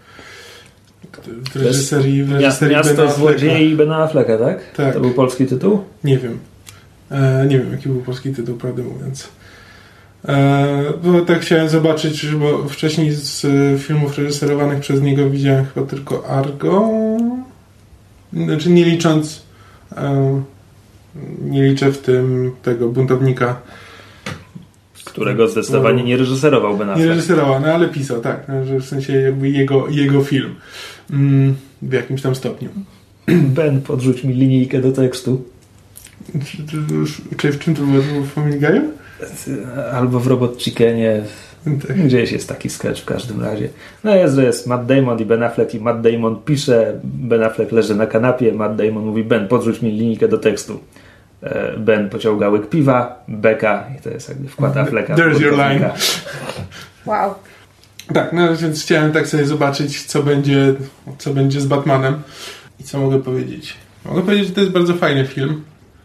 w reżyserii, w reżyserii Miasto złodziei Bena Afflecka, tak? Tak. To był polski tytuł? Nie wiem. E, nie wiem, jaki był polski tytuł, prawdę mówiąc. E, bo tak chciałem zobaczyć, bo wcześniej z filmów reżyserowanych przez niego widziałem chyba tylko Argo. Znaczy nie licząc e, nie liczę w tym tego buntownika, którego zdecydowanie nie reżyserował Ben Affleck. Nie reżyserował, no ale pisał, tak. No, że w sensie jakby jego, jego film. Mm, w jakimś tam stopniu. Ben, podrzuć mi linijkę do tekstu. Czy w czym to było? W Family Guy? Albo w Robot Chickenie. Tak. Gdzieś jest taki sketch w każdym razie. No jest, że jest Matt Damon i Ben Affleck i Matt Damon pisze, Ben Affleck leży na kanapie, Matt Damon mówi: Ben, podrzuć mi linijkę do tekstu. Ben pociąga łyk piwa, beka i to jest jakby wkład Afflecka. There's your line. Wow. Tak, no więc chciałem tak sobie zobaczyć, co będzie, co będzie z Batmanem i co mogę powiedzieć. Mogę powiedzieć, że to jest bardzo fajny film.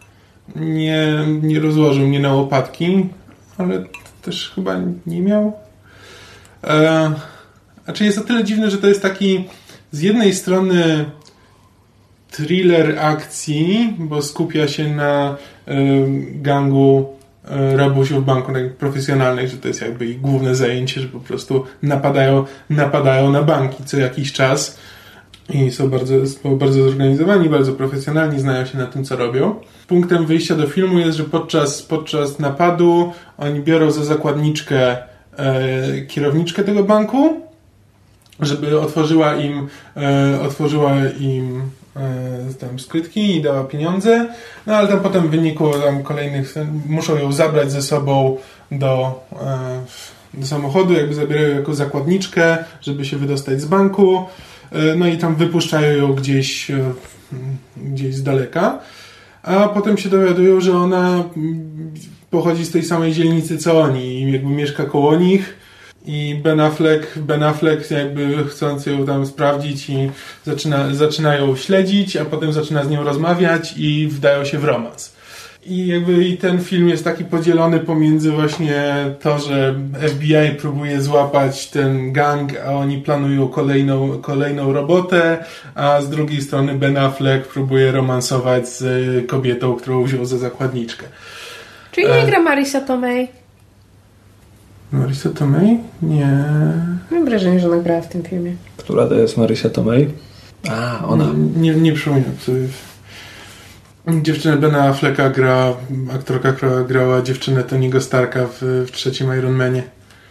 Nie, nie rozłożył mnie na łopatki, ale też chyba nie miał. E, znaczy jest o tyle dziwne, że to jest taki z jednej strony thriller akcji, bo skupia się na y, gangu y, rabusiów banku tak profesjonalnych, że to jest jakby ich główne zajęcie, że po prostu napadają, napadają na banki co jakiś czas i są bardzo, są bardzo zorganizowani, bardzo profesjonalni, znają się na tym, co robią. Punktem wyjścia do filmu jest, że podczas, podczas napadu oni biorą za zakładniczkę y, kierowniczkę tego banku, żeby otworzyła im y, otworzyła im tam skrytki i dała pieniądze, no ale tam potem w wyniku tam kolejnych muszą ją zabrać ze sobą do, do samochodu, jakby zabierają jako zakładniczkę, żeby się wydostać z banku, no i tam wypuszczają ją gdzieś gdzieś z daleka, a potem się dowiadują, że ona pochodzi z tej samej dzielnicy co oni i jakby mieszka koło nich. I Ben Affleck, Ben Affleck jakby chcąc ją tam sprawdzić i zaczyna, zaczyna ją śledzić, a potem zaczyna z nią rozmawiać i wdają się w romans. I jakby i ten film jest taki podzielony pomiędzy właśnie to, że F B I próbuje złapać ten gang, a oni planują kolejną, kolejną robotę, a z drugiej strony Ben Affleck próbuje romansować z kobietą, którą wziął za zakładniczkę. Czyli nie gra Marisa Tomei? Marisa Tomei? Nie. Mam wrażenie, że ona grała w tym filmie. Która to jest Marisa Tomei? A, ona. Nie, nie przypominam sobie. Dziewczynę Bena Afflecka gra aktorka, która grała dziewczynę Tony'ego Starka w, w trzecim Iron Manie.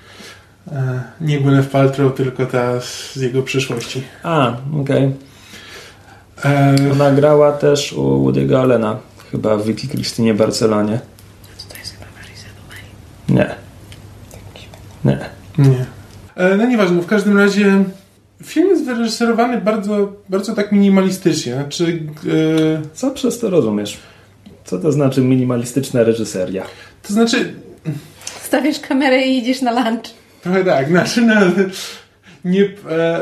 E, nie Gwyneth Paltrow, tylko ta z jego przyszłości. A, okej. Okay. E... Ona grała też u Woody'ego Allena, chyba w Wiki Krystynie Barcelonie. To jest chyba Marisa Tomei. Nie. Nie. Nie. E, no nieważne, w każdym razie film jest wyreżyserowany bardzo, bardzo tak minimalistycznie. Znaczy, e... Co przez to rozumiesz? Co to znaczy minimalistyczna reżyseria? To znaczy... Stawiasz kamerę i idziesz na lunch. Trochę tak. Znaczy, no, nie... E...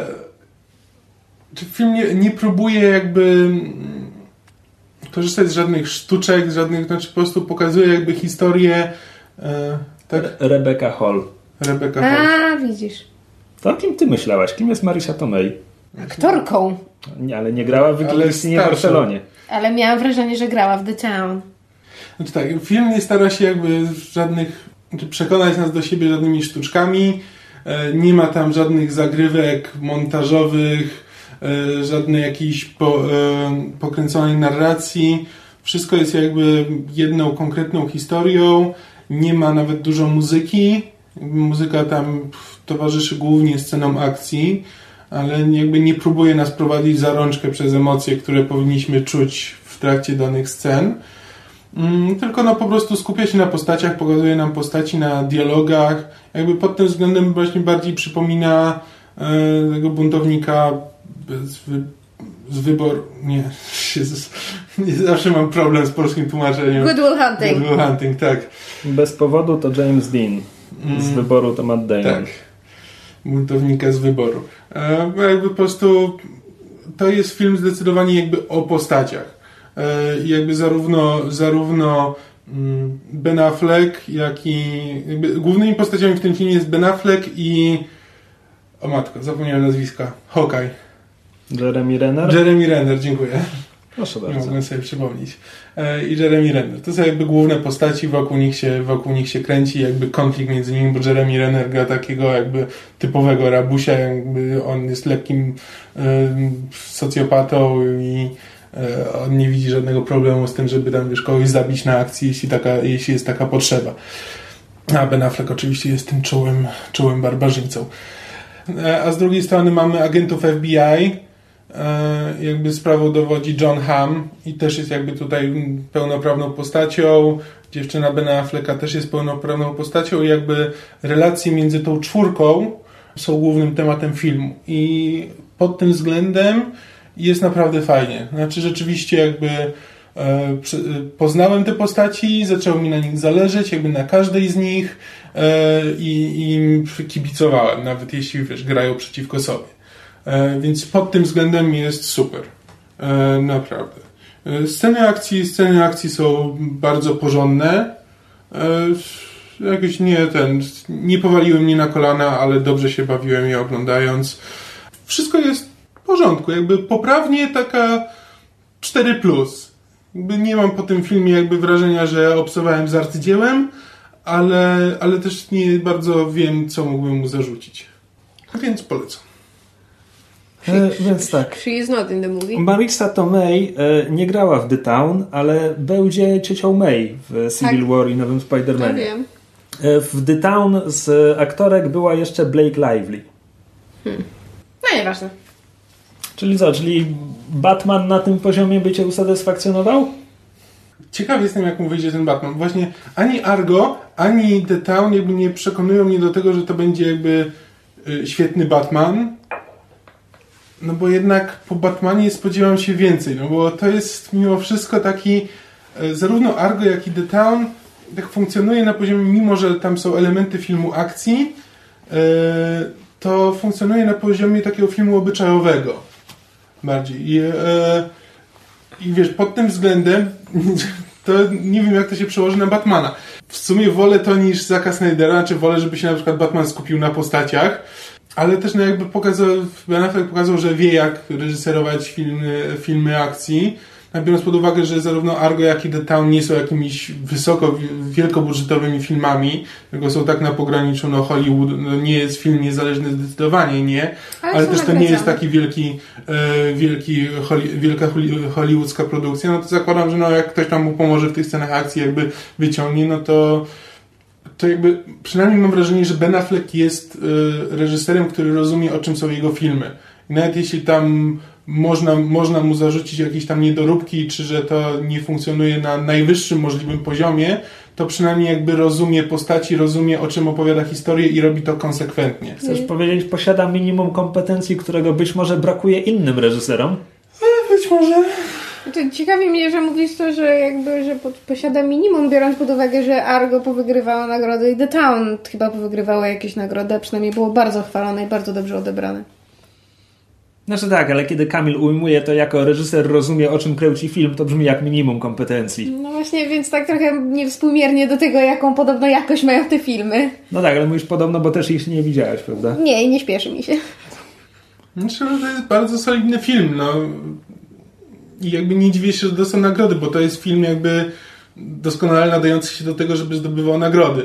Film nie, nie próbuje jakby korzystać z żadnych sztuczek, z żadnych... Znaczy, po prostu pokazuje jakby historię... E... Tak? Re- Rebecca Hall. Rebecca Hall. A, widzisz. To o kim ty myślałaś? Kim jest Marisa Tomei? Aktorką. Nie, ale nie grała w Ale Krystynie starszą. Barcelonie. Ale miałam wrażenie, że grała w The Town. Znaczy tak, film nie stara się jakby żadnych, znaczy przekonać nas do siebie żadnymi sztuczkami. Nie ma tam żadnych zagrywek montażowych, żadnej jakiejś po, pokręconej narracji. Wszystko jest jakby jedną konkretną historią. Nie ma nawet dużo muzyki. Muzyka tam towarzyszy głównie scenom akcji, ale jakby nie próbuje nas prowadzić za rączkę przez emocje, które powinniśmy czuć w trakcie danych scen. Tylko no po prostu skupia się na postaciach, pokazuje nam postaci na dialogach. Jakby pod tym względem właśnie bardziej przypomina e, tego buntownika z, wy, z wyboru... Nie, Jezus, nie, zawsze mam problem z polskim tłumaczeniem. Good Will Hunting. Good Will Hunting, tak. Bez powodu to James Dean. Z wyboru to Matt Damon. Tak. Buntownika z wyboru. E, jakby po prostu to jest film zdecydowanie jakby o postaciach. E, jakby zarówno zarówno mm, Ben Affleck, jak i jakby głównymi postaciami w tym filmie jest Ben Affleck i o matko, zapomniałem nazwiska. Hawkeye. Jeremy Renner? Jeremy Renner, dziękuję. Proszę Nie bardzo. mogłem sobie przypomnieć. E, I Jeremy Renner. To są jakby główne postaci, wokół nich się, wokół nich się kręci jakby konflikt między nimi, bo Jeremy Renner gra takiego jakby typowego rabusia, jakby on jest lekkim e, socjopatą i e, on nie widzi żadnego problemu z tym, żeby tam wiesz, kogoś zabić na akcji, jeśli, taka, jeśli jest taka potrzeba. A Ben Affleck oczywiście jest tym czułym, czułym barbarzyńcą. E, a z drugiej strony mamy agentów F B I, jakby sprawą dowodzi John Hamm i też jest jakby tutaj pełnoprawną postacią. Dziewczyna Bena Afflecka też jest pełnoprawną postacią i jakby relacje między tą czwórką są głównym tematem filmu i pod tym względem jest naprawdę fajnie. Znaczy rzeczywiście jakby E, przy, poznałem te postaci, zaczęło mi na nich zależeć, jakby na każdej z nich e, i im kibicowałem, nawet jeśli, wiesz, grają przeciwko sobie. E, więc pod tym względem jest super. E, naprawdę. E, sceny akcji, sceny akcji są bardzo porządne. E, jakoś nie ten, nie powaliły mnie na kolana, ale dobrze się bawiłem je oglądając. Wszystko jest w porządku, jakby poprawnie taka cztery plus. Jakby nie mam po tym filmie jakby wrażenia, że obsowałem z arcydziełem, ale, ale też nie bardzo wiem, co mógłbym mu zarzucić. Więc polecam. E, więc tak. She is not in the movie. Marisa Tomei e, nie grała w The Town, ale będzie ciocią May w Civil Tak. War i nowym Ja Spider-Manie. wiem. E, w The Town z aktorek była jeszcze Blake Lively. No nieważne. Czyli co? Czyli Batman na tym poziomie by cię usatysfakcjonował? Ciekaw jestem, jak mu wyjdzie ten Batman. Właśnie ani Argo, ani The Town jakby nie przekonują mnie do tego, że to będzie jakby y, świetny Batman. No bo jednak po Batmanie spodziewam się więcej. No bo to jest mimo wszystko taki y, zarówno Argo, jak i The Town tak funkcjonuje na poziomie, mimo że tam są elementy filmu akcji, y, to funkcjonuje na poziomie takiego filmu obyczajowego. Bardziej. I, y, I wiesz, pod tym względem to nie wiem, jak to się przełoży na Batmana. W sumie wolę to niż Zacka Snydera, znaczy wolę, żeby się na przykład Batman skupił na postaciach, ale też no jakby pokazał, Ben Affleck pokazał, że wie, jak reżyserować filmy, filmy akcji. Biorąc pod uwagę, że zarówno Argo, jak i The Town nie są jakimiś wysoko, wielkobudżetowymi filmami, tylko są tak na pograniczu, no Hollywood, no nie jest film niezależny zdecydowanie, nie, ale, ale też to nie jest taki wielki, e, wielki holi, wielka hollywoodzka produkcja, no to zakładam, że no jak ktoś tam mu pomoże w tych scenach akcji, jakby wyciągnie, no to to jakby, przynajmniej mam wrażenie, że Ben Affleck jest e, reżyserem, który rozumie, o czym są jego filmy. I nawet jeśli tam Można, można mu zarzucić jakieś tam niedoróbki, czy że to nie funkcjonuje na najwyższym możliwym poziomie, to przynajmniej jakby rozumie postaci, rozumie, o czym opowiada historię i robi to konsekwentnie. Chcesz powiedzieć, posiada minimum kompetencji, którego być może brakuje innym reżyserom? Być może. To ciekawi mnie, że mówisz to, że jakby, że posiada minimum, biorąc pod uwagę, że Argo powygrywało nagrody i The Town chyba powygrywało jakieś nagrody, a przynajmniej było bardzo chwalone i bardzo dobrze odebrane. Znaczy tak, ale kiedy Kamil ujmuje to jako reżyser rozumie, o czym kręci film, to brzmi jak minimum kompetencji. No właśnie, więc tak trochę niewspółmiernie do tego, jaką podobno jakość mają te filmy. No tak, ale mówisz podobno, bo też ich nie widziałaś, prawda? Nie, i nie śpieszy mi się. Znaczy, to jest bardzo solidny film, no. I jakby nie dziwię się, że dostał nagrody, bo to jest film jakby doskonale nadający się do tego, żeby zdobywał nagrody.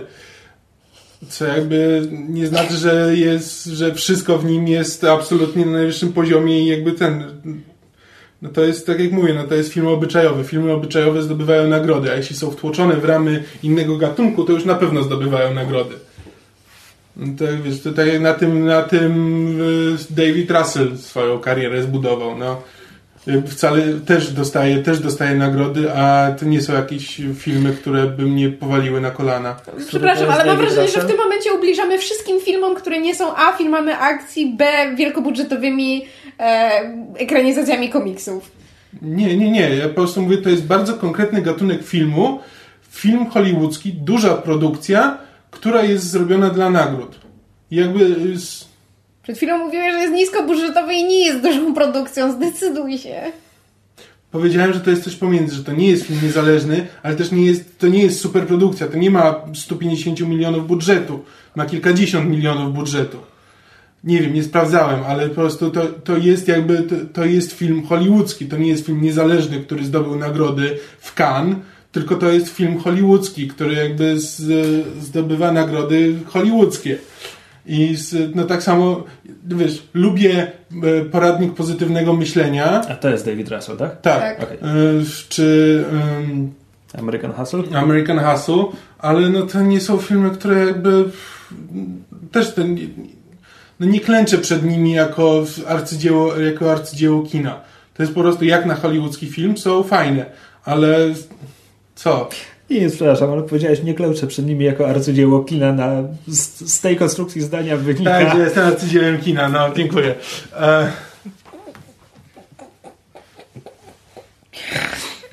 Co jakby nie znaczy, że jest, że wszystko w nim jest absolutnie na najwyższym poziomie i jakby ten... No to jest, tak jak mówię, no to jest film obyczajowy. Filmy obyczajowe zdobywają nagrody, a jeśli są wtłoczone w ramy innego gatunku, to już na pewno zdobywają nagrody. No to wiesz, to tak jak na tym, na tym David Russell swoją karierę zbudował, no. Wcale też dostaje, też dostaje nagrody, a to nie są jakieś filmy, które by mnie powaliły na kolana. Przepraszam, ale mam wrażenie, że w tym momencie ubliżamy wszystkim filmom, które nie są A, filmami akcji, B, wielkobudżetowymi e, ekranizacjami komiksów. Nie, nie, nie. Ja po prostu mówię, to jest bardzo konkretny gatunek filmu. Film hollywoodzki, duża produkcja, która jest zrobiona dla nagród. I jakby... Z... Przed chwilą mówiłeś, że jest niskobudżetowy i nie jest dużą produkcją. Zdecyduj się. Powiedziałem, że to jest coś pomiędzy, że to nie jest film niezależny, ale też nie jest, to nie jest superprodukcja. To nie ma sto pięćdziesiąt milionów budżetu. Ma kilkadziesiąt milionów budżetu. Nie wiem, nie sprawdzałem, ale po prostu to, to jest jakby, to, to jest film hollywoodzki. To nie jest film niezależny, który zdobył nagrody w Cannes, tylko to jest film hollywoodzki, który jakby z, zdobywa nagrody hollywoodzkie. I z, no tak samo, wiesz, lubię poradnik pozytywnego myślenia. A to jest David Russell, tak? Tak. Tak. Okay. Czy um, American Hustle? American Hustle, ale no to nie są filmy, które jakby też ten, no nie klęczę przed nimi jako arcydzieło, jako arcydzieło kina. To jest po prostu jak na hollywoodzki film, są fajne, ale co? Nie, przepraszam, ale powiedziałeś, nie klęczę przed nimi jako arcydzieło kina. Na, z, z tej konstrukcji zdania wynika... Tak, że jestem arcydziełem kina, no, dziękuję. E...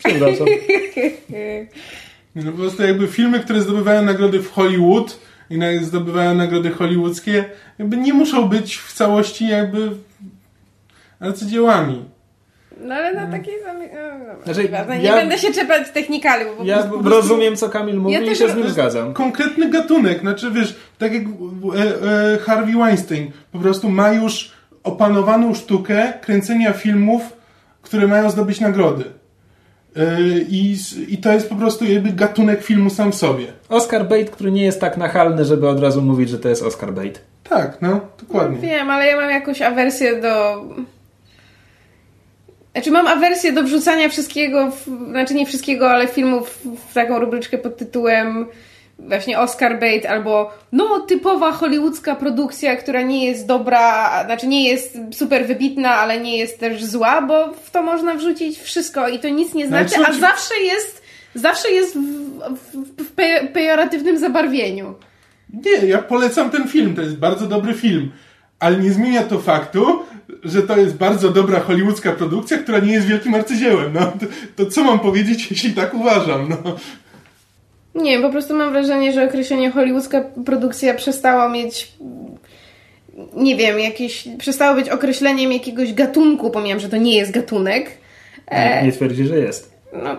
Przepraszam. No po prostu jakby filmy, które zdobywają nagrody w Hollywood i na, zdobywają nagrody hollywoodzkie, jakby nie muszą być w całości jakby arcydziełami. No ale na takiej samej... No, Znaczy, nie ja- będę się czepać technikali, bo po Ja prostu... rozumiem, co Kamil mówi Ja i też się z ro- nim zgadzam. Konkretny gatunek, znaczy wiesz, tak jak e, e, Harvey Weinstein po prostu ma już opanowaną sztukę kręcenia filmów, które mają zdobyć nagrody. E, i, I to jest po prostu jakby gatunek filmu sam w sobie. Oscar bait, który nie jest tak nachalny, żeby od razu mówić, że to jest Oscar bait. Tak, no, dokładnie. Wiem, ale ja mam jakąś awersję do... Znaczy mam awersję do wrzucania wszystkiego, w... znaczy nie wszystkiego, ale filmów w taką rubryczkę pod tytułem właśnie Oscar bait albo no typowa hollywoodzka produkcja, która nie jest dobra, znaczy nie jest super wybitna, ale nie jest też zła, bo w to można wrzucić wszystko i to nic nie znaczy, co a ci- zawsze jest zawsze jest w, w, w pe- pejoratywnym zabarwieniu. Nie, ja polecam ten film, to jest bardzo dobry film, ale nie zmienia to faktu, że to jest bardzo dobra hollywoodzka produkcja, która nie jest wielkim arcydziełem. No, to, to co mam powiedzieć, jeśli tak uważam? No. Nie, po prostu mam wrażenie, że określenie hollywoodzka produkcja przestało mieć, nie wiem, jakieś, przestało być określeniem jakiegoś gatunku, pomijam, że to nie jest gatunek. Nie, nie twierdzi, że jest. No,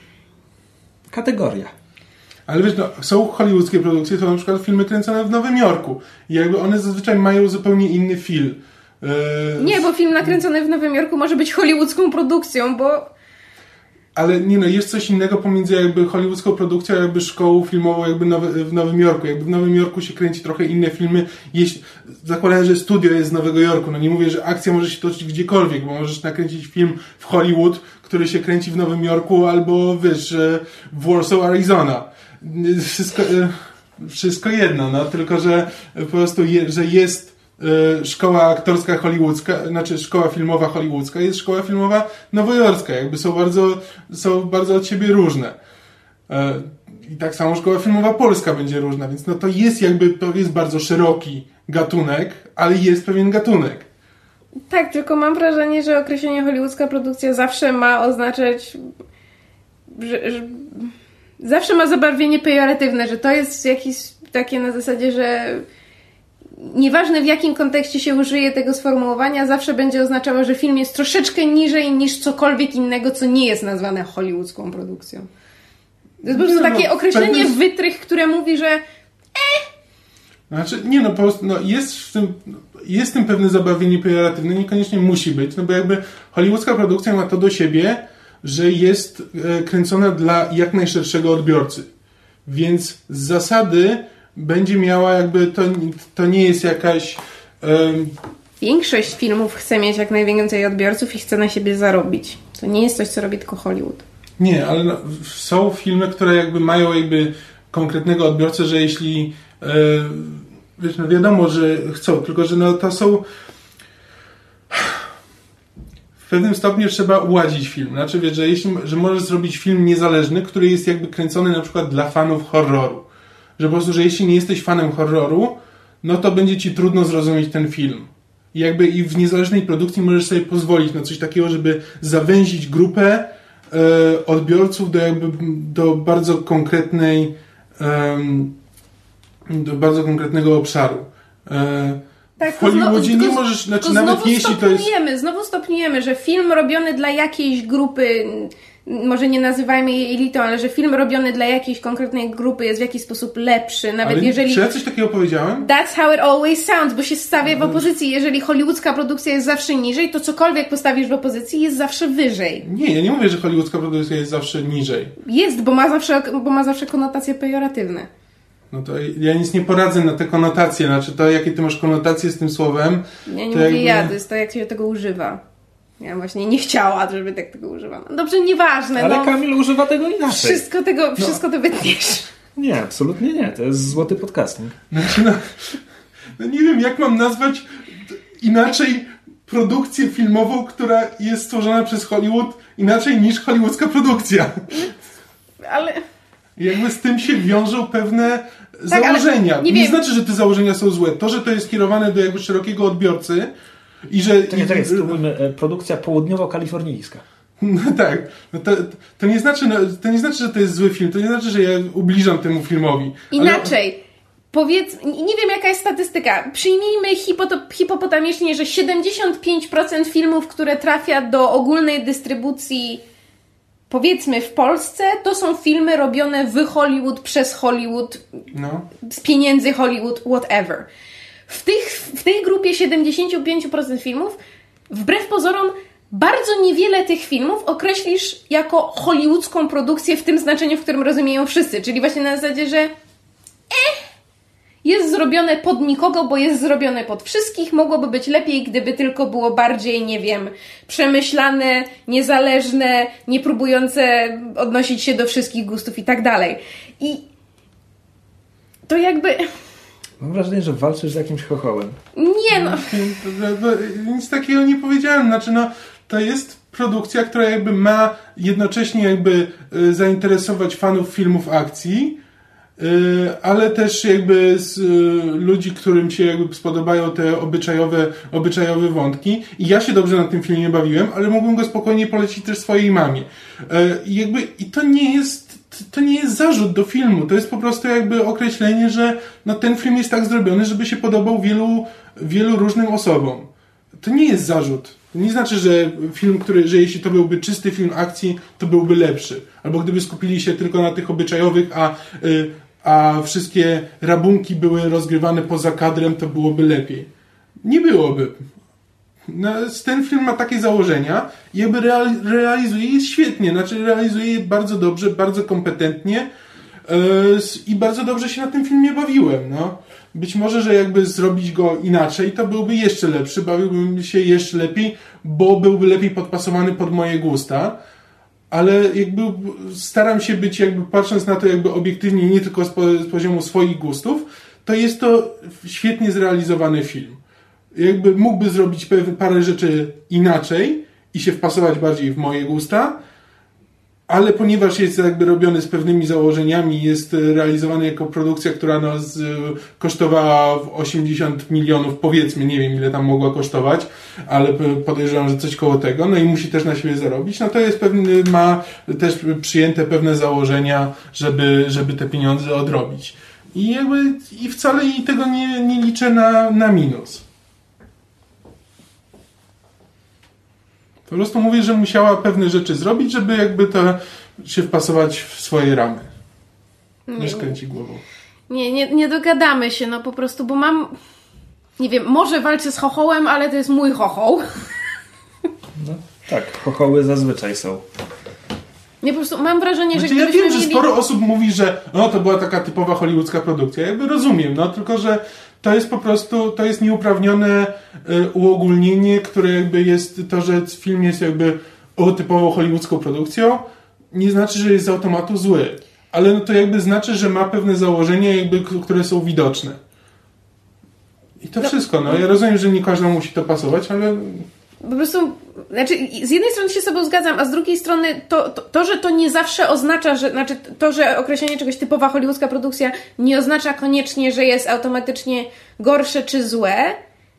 Kategoria. Ale wiesz, no, są hollywoodzkie produkcje, to na przykład filmy kręcone w Nowym Jorku. I jakby one zazwyczaj mają zupełnie inny feel. Yy, nie, bo film nakręcony w Nowym Jorku może być hollywoodzką produkcją, bo Ale nie no, jest coś innego pomiędzy jakby hollywoodzką produkcją, a jakby szkołą filmową jakby nowy, w Nowym Jorku. Jakby w Nowym Jorku się kręci trochę inne filmy, jeśli, zakładając, że studio jest z Nowego Jorku. No nie mówię, że akcja może się toczyć gdziekolwiek, bo możesz nakręcić film w Hollywood, który się kręci w Nowym Jorku, albo wiesz, w Warsaw, Arizona. Wszystko, wszystko jedno, no tylko, że po prostu je, że jest szkoła aktorska hollywoodzka, znaczy szkoła filmowa hollywoodzka, jest szkoła filmowa nowojorska, jakby są bardzo, są bardzo od siebie różne. I tak samo szkoła filmowa polska będzie różna, więc no to jest jakby, to jest bardzo szeroki gatunek, ale jest pewien gatunek. tak, tylko mam wrażenie, że określenie hollywoodzka produkcja zawsze ma oznaczać, że, że zawsze ma zabarwienie pejoratywne, że to jest jakieś takie na zasadzie, że nieważne w jakim kontekście się użyje tego sformułowania, zawsze będzie oznaczało, że film jest troszeczkę niżej niż cokolwiek innego, co nie jest nazwane hollywoodzką produkcją. To jest po prostu No, takie no, określenie pewnie- wytrych, które mówi, że Znaczy, nie no, po prostu, no, jest w tym, jest w tym pewne zabawienie pejoratywne, niekoniecznie musi być, no bo jakby hollywoodzka produkcja ma to do siebie, że jest e, kręcona dla jak najszerszego odbiorcy. Więc z zasady będzie miała jakby, to, to nie jest jakaś... em, większość filmów chce mieć jak najwięcej odbiorców i chce na siebie zarobić. To nie jest coś, co robi tylko Hollywood. Nie, ale no, są filmy, które jakby mają jakby konkretnego odbiorcę, że jeśli e, wiesz, no wiadomo, że chcą, tylko że no to są w pewnym stopniu trzeba uładzić film. Znaczy wiesz, że jeśli, że możesz zrobić film niezależny, który jest jakby kręcony na przykład dla fanów horroru. Że po prostu, że jeśli nie jesteś fanem horroru, no to będzie ci trudno zrozumieć ten film. I jakby i w niezależnej produkcji możesz sobie pozwolić na coś takiego, żeby zawęzić grupę e, odbiorców do jakby do bardzo konkretnej em, do bardzo konkretnego obszaru. E, Tak, w Hollywoodzie tylko nie znowu- możesz, znaczy tylko nawet znowu jeśli to jest... stopniujemy, Znowu stopniujemy, że film robiony dla jakiejś grupy, może nie nazywajmy jej elitą, ale że film robiony dla jakiejś konkretnej grupy jest w jakiś sposób lepszy, nawet Ale jeżeli... Czy ja coś takiego powiedziałem? That's how it always sounds, bo się stawia w opozycji. Jeżeli hollywoodzka produkcja jest zawsze niżej, to cokolwiek postawisz w opozycji jest zawsze wyżej. Nie, ja nie mówię, że hollywoodzka produkcja jest zawsze niżej. Jest, bo ma zawsze, bo ma zawsze konotacje pejoratywne. No to ja nic nie poradzę na te konotacje, znaczy to, jakie ty masz konotacje z tym słowem. Ja nie to mówię jakby... ja, to jest to, jak się tego używa. Ja właśnie nie chciała, żeby tak tego używano. Dobrze, nieważne. Ale no. Kamil używa tego inaczej. Wszystko tego, wszystko to wytniesz. Nie, absolutnie nie. To jest złoty podcasting. Znaczy, no, no nie wiem, jak mam nazwać inaczej produkcję filmową, która jest stworzona przez Hollywood, inaczej niż hollywoodzka produkcja. Ale... I jakby z tym się wiążą pewne Tak, ale założenia. nie Nie, wiem. znaczy, że te założenia są złe. To, że to jest kierowane do jakby szerokiego odbiorcy i że... Czekaj, czekaj, spróbujmy. E, Produkcja południowo-kalifornijska. No tak, no to, to, nie znaczy, no, to nie znaczy, że to jest zły film, to nie znaczy, że ja ubliżam temu filmowi. Inaczej. Ale... Powiedz, nie wiem jaka jest statystyka, przyjmijmy hipoto- hipopotamicznie, że siedemdziesiąt pięć procent filmów, które trafia do ogólnej dystrybucji, powiedzmy w Polsce, to są filmy robione w Hollywood, przez Hollywood, no. z pieniędzy Hollywood, whatever. W, tych, w tej grupie siedemdziesiąt pięć procent filmów, wbrew pozorom, bardzo niewiele tych filmów określisz jako hollywoodzką produkcję w tym znaczeniu, w którym rozumieją wszyscy. Czyli właśnie na zasadzie, że eh, jest zrobione pod nikogo, bo jest zrobione pod wszystkich. Mogłoby być lepiej, gdyby tylko było bardziej, nie wiem, przemyślane, niezależne, nie próbujące odnosić się do wszystkich gustów i tak dalej. I to jakby... Mam wrażenie, że walczysz z jakimś chochołem. Nie no. Nic takiego nie powiedziałem. Znaczy no, to jest produkcja, która jakby ma jednocześnie jakby y, zainteresować fanów filmów akcji, y, ale też jakby z y, ludzi, którym się jakby spodobają te obyczajowe, obyczajowe wątki. I ja się dobrze na tym filmie bawiłem, ale mógłbym go spokojnie polecić też swojej mamie. Y, jakby, I to nie jest to nie jest zarzut do filmu, to jest po prostu jakby określenie, że no, ten film jest tak zrobiony, żeby się podobał wielu, wielu różnym osobom. To nie jest zarzut. To nie znaczy, że film, który, że jeśli to byłby czysty film akcji, to byłby lepszy. Albo gdyby skupili się tylko na tych obyczajowych, a, y, a wszystkie rabunki były rozgrywane poza kadrem, to byłoby lepiej. Nie byłoby. No, ten film ma takie założenia i jakby real, realizuje je świetnie, znaczy realizuje je bardzo dobrze, bardzo kompetentnie yy, i bardzo dobrze się na tym filmie bawiłem. No. Być może, że jakby zrobić go inaczej, to byłby jeszcze lepszy, bawiłbym się jeszcze lepiej, bo byłby lepiej podpasowany pod moje gusta, ale jakby staram się być, jakby patrząc na to jakby obiektywnie, nie tylko z, po, z poziomu swoich gustów, to jest to świetnie zrealizowany film. Jakby mógłby zrobić parę rzeczy inaczej i się wpasować bardziej w moje gusta, ale ponieważ jest jakby robiony z pewnymi założeniami, jest realizowany jako produkcja, która no z, kosztowała osiemdziesiąt milionów, powiedzmy, nie wiem ile tam mogła kosztować, ale podejrzewam, że coś koło tego, no i musi też na siebie zarobić, no to jest pewny, ma też przyjęte pewne założenia, żeby, żeby te pieniądze odrobić. I jakby i wcale i tego nie, nie liczę na, na minus. Po prostu mówię, że musiała pewne rzeczy zrobić, żeby jakby to się wpasować w swoje ramy. Nie skręci głową. Nie, nie, nie dogadamy się, no po prostu, bo mam... Nie wiem, może walczę z chochołem, ale to jest mój chochoł. No tak, chochoły zazwyczaj są. Nie, po prostu mam wrażenie, znaczy, że ja wiem, mieli... że sporo osób mówi, że no to była taka typowa hollywoodzka produkcja. Jakby rozumiem, no tylko, że to jest po prostu, to jest nieuprawnione y, uogólnienie, które jakby jest to, że film jest jakby o, typową hollywoodzką produkcją, nie znaczy, że jest z automatu zły. Ale no to jakby znaczy, że ma pewne założenia, jakby, które są widoczne. I to no, wszystko. No. Ja rozumiem, że nie każdemu musi to pasować, ale... Po prostu, znaczy z jednej strony się z tobą zgadzam, a z drugiej strony to, to, to, że to nie zawsze oznacza, że znaczy to, że określenie czegoś typowa hollywoodzka produkcja nie oznacza koniecznie, że jest automatycznie gorsze czy złe,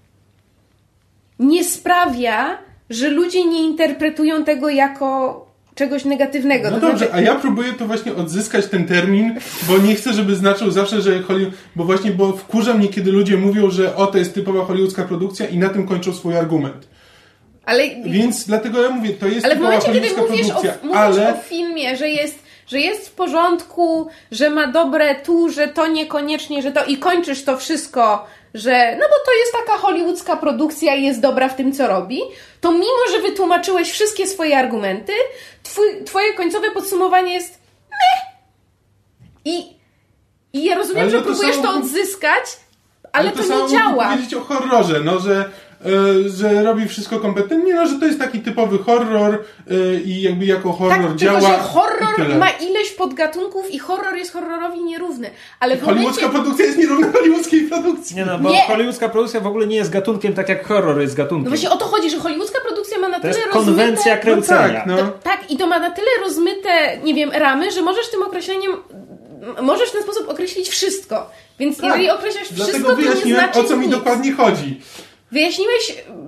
nie sprawia, że ludzie nie interpretują tego jako czegoś negatywnego. No to dobrze, znaczy... a ja próbuję to właśnie odzyskać ten termin, bo nie chcę, żeby znaczył zawsze, że Hollywood, bo właśnie, bo wkurza mnie, kiedy ludzie mówią, że o, to jest typowa hollywoodzka produkcja i na tym kończą swój argument. Ale... Więc dlatego ja mówię, to jest ale w typowa momencie, kiedy mówisz, produkcja, o, mówisz ale... o filmie, że jest, że jest w porządku, że ma dobre tu, że to niekoniecznie, że to i kończysz to wszystko, że no bo to jest taka hollywoodzka produkcja i jest dobra w tym, co robi, to mimo, że wytłumaczyłeś wszystkie swoje argumenty, twój, twoje końcowe podsumowanie jest meh. I, i ja rozumiem, ale że to próbujesz samo... to odzyskać, ale, ale to, to nie działa. Powiedzieć o horrorze, no, że że robi wszystko kompetentnie, no, że to jest taki typowy horror yy, i jakby jako horror tak, działa. Tylko, że horror ma ileś podgatunków i horror jest horrorowi nierówny. Ale w hollywoodzka momencie... produkcja jest nierówna hollywoodzkiej produkcji. Nie no, bo nie. hollywoodzka produkcja w ogóle nie jest gatunkiem tak jak horror jest gatunkiem. No właśnie o to chodzi, że hollywoodzka produkcja ma na to tyle jest rozmyte... konwencja kręcenia. No tak, no. To, tak, i to ma na tyle rozmyte, nie wiem, ramy, że możesz tym określeniem możesz w ten sposób określić wszystko. Więc tak. jeżeli określasz Dlatego wszystko, to nie znaczy o co mi nic. dokładnie chodzi. Wyjaśniłeś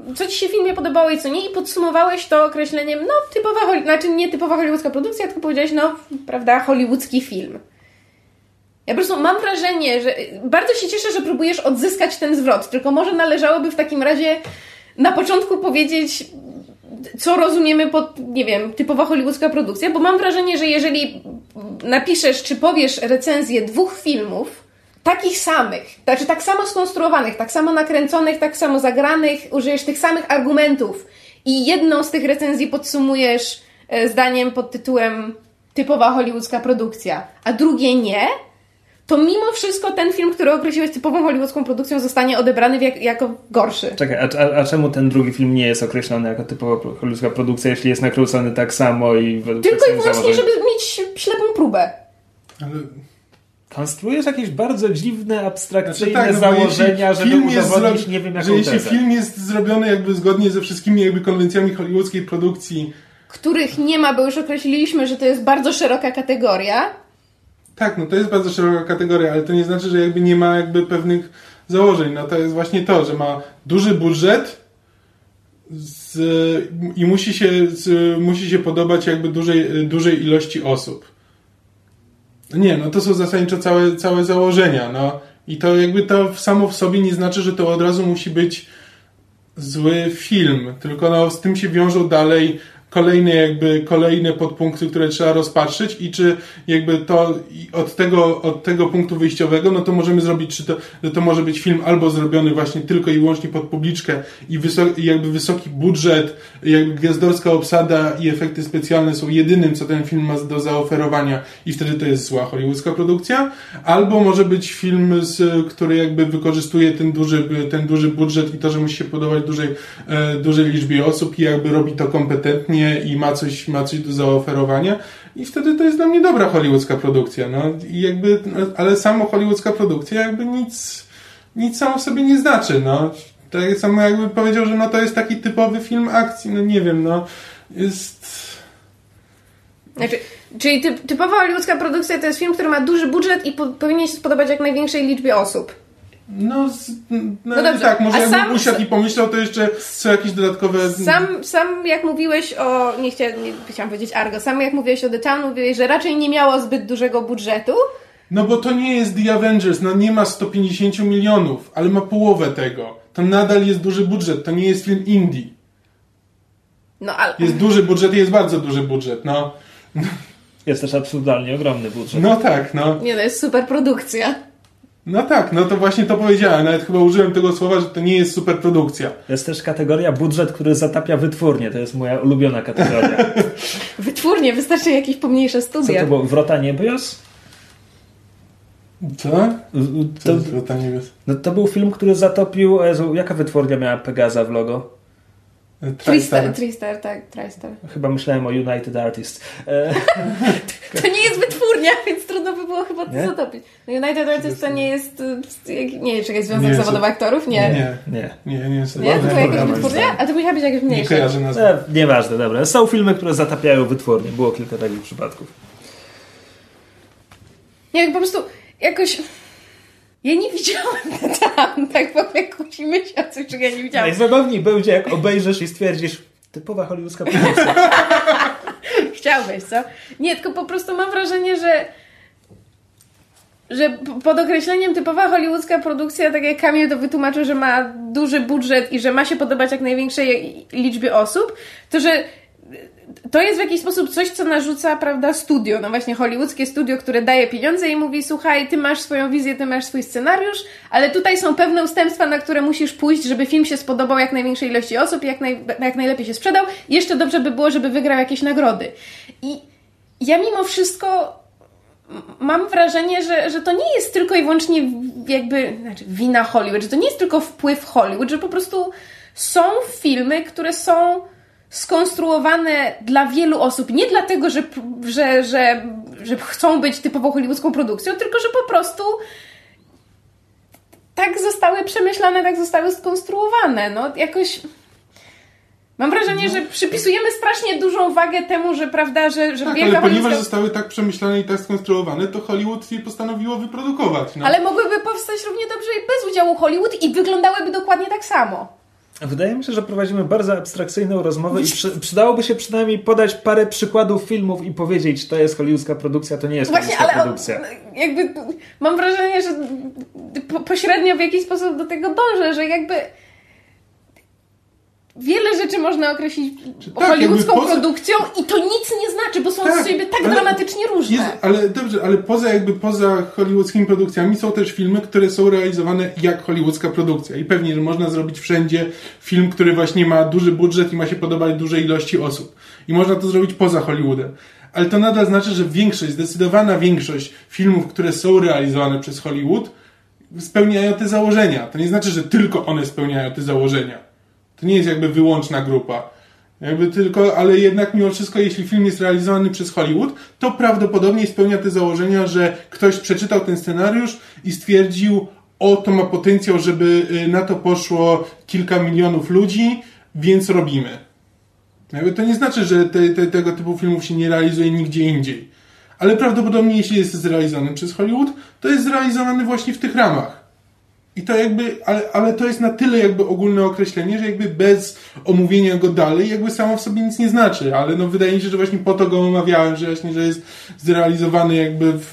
co ci się w filmie podobało i co nie, i podsumowałeś to określeniem, no typowa, znaczy nie typowa hollywoodzka produkcja, tylko powiedziałeś, no prawda, hollywoodzki film. Ja po prostu mam wrażenie, że bardzo się cieszę, że próbujesz odzyskać ten zwrot, tylko może należałoby w takim razie na początku powiedzieć, co rozumiemy pod, nie wiem, typowa hollywoodzka produkcja, bo mam wrażenie, że jeżeli napiszesz, czy powiesz recenzję dwóch filmów, takich samych, znaczy tak samo skonstruowanych, tak samo nakręconych, tak samo zagranych, użyjesz tych samych argumentów i jedną z tych recenzji podsumujesz zdaniem pod tytułem typowa hollywoodzka produkcja, a drugie nie, to mimo wszystko ten film, który określiłeś typową hollywoodzką produkcją, zostanie odebrany jak, jako gorszy. Czekaj, a, a, a czemu ten drugi film nie jest określony jako typowa hollywoodzka produkcja, jeśli jest nakręcony tak samo i według Tylko tak i wyłącznie, założeń? żeby mieć ślepą próbę. Ale... Konstruujesz jakieś bardzo dziwne, abstrakcyjne znaczy, tak, no założenia, żeby film jest udowodnić zro... nie wiem jaką że jeśli tezę. film jest zrobiony jakby zgodnie ze wszystkimi jakby konwencjami hollywoodzkiej produkcji, Których nie ma, bo już określiliśmy, że to jest bardzo szeroka kategoria. tak, no to jest bardzo szeroka kategoria, ale to nie znaczy, że jakby nie ma jakby pewnych założeń. No to jest właśnie to, że ma duży budżet z, i musi się, z, musi się podobać jakby dużej, dużej ilości osób. Nie, no to są zasadniczo całe, całe założenia, no. I to jakby to samo w sobie nie znaczy, że to od razu musi być zły film, tylko no z tym się wiążą dalej kolejne jakby kolejne podpunkty, które trzeba rozpatrzyć i czy jakby to i od tego, od tego punktu wyjściowego, no to możemy zrobić, czy to, że to może być film albo zrobiony właśnie tylko i wyłącznie pod publiczkę i wysoki, jakby wysoki budżet, jakby gwiazdorska obsada i efekty specjalne są jedynym, co ten film ma do zaoferowania i wtedy to jest zła hollywoodzka produkcja, albo może być film, z, który jakby wykorzystuje ten duży, ten duży budżet i to, że musi się podobać dużej, e, dużej liczbie osób i jakby robi to kompetentnie i ma coś, ma coś do zaoferowania i wtedy to jest dla mnie dobra hollywoodzka produkcja, no i jakby, ale samo hollywoodzka produkcja jakby nic, nic samo w sobie nie znaczy, no. Tak samo jakby powiedział, że no to jest taki typowy film akcji, no nie wiem, no jest... Znaczy, czyli typ, typowa hollywoodzka produkcja to jest film, który ma duży budżet i po, powinien się spodobać jak największej liczbie osób. No, z, no, No dobrze, tak, może a jakbym sam- usiadł i pomyślał, to jeszcze są jakieś dodatkowe... Sam, sam jak mówiłeś o, nie, chcia, nie chciałam powiedzieć Argo, sam jak mówiłeś o The Town, mówiłeś, że raczej nie miało zbyt dużego budżetu. No bo to nie jest The Avengers, no nie ma sto pięćdziesiąt milionów, ale ma połowę tego. To nadal jest duży budżet, to nie jest film indie. No ale... Jest duży budżet i jest bardzo duży budżet, no. Jest też absurdalnie ogromny budżet. No tak, no. Nie, to jest super produkcja. No tak, no to właśnie to powiedziałem. Nawet chyba użyłem tego słowa, że to nie jest superprodukcja. Jest też kategoria budżet, który zatapia wytwórnię. To jest moja ulubiona kategoria. Wytwórnie, wystarczy jakieś pomniejsze Co studia. to było? Wrota Niebios? Co? Co To, jest Wrota Niebios? no to był film, który zatopił... Jezu, jaka wytwórnia miała Pegaza w logo? Tristar, Tristar, tak, Tristar. Chyba myślałem o United Artists. E, To nie jest wytwórnia, więc trudno by było chyba to Nie? zatopić. No United Artists to nie jest... y, Nie, czekaj, Związek Nie, Zawodowy co- Aktorów? Nie. Nie, nie. nie, nie jest Nie? To była Dobra, jakaś moim wytwórnia? zdaniem. A to musiała być jakaś Nie mniejsza. kojarzę nazwy. E, nieważne, dobra. Są filmy, które zatapiają wytwórnie. Było kilka takich przypadków. Nie, po prostu jakoś... Ja nie widziałam tam, tak powiem, kłócimy się o coś, czego ja nie widziałam. Najzabawniej będzie, jak obejrzysz i stwierdzisz, typowa hollywoodzka produkcja. Chciałbyś, co? Nie, tylko po prostu mam wrażenie, że że p- pod określeniem typowa hollywoodzka produkcja, tak jak Kamil to wytłumaczył, że ma duży budżet i że ma się podobać jak największej liczbie osób, to że to jest w jakiś sposób coś, co narzuca, prawda, studio, no właśnie hollywoodzkie studio, które daje pieniądze i mówi, słuchaj, ty masz swoją wizję, ty masz swój scenariusz, ale tutaj są pewne ustępstwa, na które musisz pójść, żeby film się spodobał jak największej ilości osób i jak, naj, jak najlepiej się sprzedał. I jeszcze dobrze by było, żeby wygrał jakieś nagrody. I ja mimo wszystko mam wrażenie, że, że to nie jest tylko i wyłącznie jakby, znaczy wina Hollywood, że to nie jest tylko wpływ Hollywood, że po prostu są filmy, które są skonstruowane dla wielu osób, nie dlatego, że, że, że, że chcą być typowo hollywoodzką produkcją, tylko że po prostu tak zostały przemyślane, tak zostały skonstruowane. No jakoś mam wrażenie, że przypisujemy strasznie dużą wagę temu, że prawda, że, że Tak, wielka ale ponieważ hollywoodzka... zostały tak przemyślane i tak skonstruowane, to Hollywood je postanowiło wyprodukować. No. Ale mogłyby powstać równie dobrze i bez udziału Hollywood i wyglądałyby dokładnie tak samo. Wydaje mi się, że prowadzimy bardzo abstrakcyjną rozmowę i przy, przydałoby się przynajmniej podać parę przykładów filmów i powiedzieć, czy to jest hollywoodzka produkcja, to nie jest Właśnie, hollywoodzka ale produkcja. On, jakby mam wrażenie, że po, pośrednio w jakiś sposób do tego dążę, że jakby wiele rzeczy można określić tak, hollywoodzką poza... produkcją i to nic nie znaczy, bo są tak, z siebie tak ale dramatycznie różne. Jest, ale dobrze, ale poza jakby poza hollywoodzkimi produkcjami są też filmy, które są realizowane jak hollywoodzka produkcja. I pewnie, że można zrobić wszędzie film, który właśnie ma duży budżet i ma się podobać dużej ilości osób. I można to zrobić poza Hollywoodem. Ale to nadal znaczy, że większość, zdecydowana większość filmów, które są realizowane przez Hollywood, spełniają te założenia. To nie znaczy, że tylko one spełniają te założenia. To nie jest jakby wyłączna grupa. Jakby tylko, ale jednak mimo wszystko, jeśli film jest realizowany przez Hollywood, to prawdopodobnie spełnia te założenia, że ktoś przeczytał ten scenariusz i stwierdził, o, to ma potencjał, żeby na to poszło kilka milionów ludzi, więc robimy. Jakby to nie znaczy, że te, te, tego typu filmów się nie realizuje nigdzie indziej. Ale prawdopodobnie, jeśli jest zrealizowany przez Hollywood, to jest zrealizowany właśnie w tych ramach. I to jakby, ale, ale to jest na tyle jakby ogólne określenie, że jakby bez omówienia go dalej jakby samo w sobie nic nie znaczy, ale no wydaje mi się, że właśnie po to go omawiałem, że właśnie, że jest zrealizowany jakby w,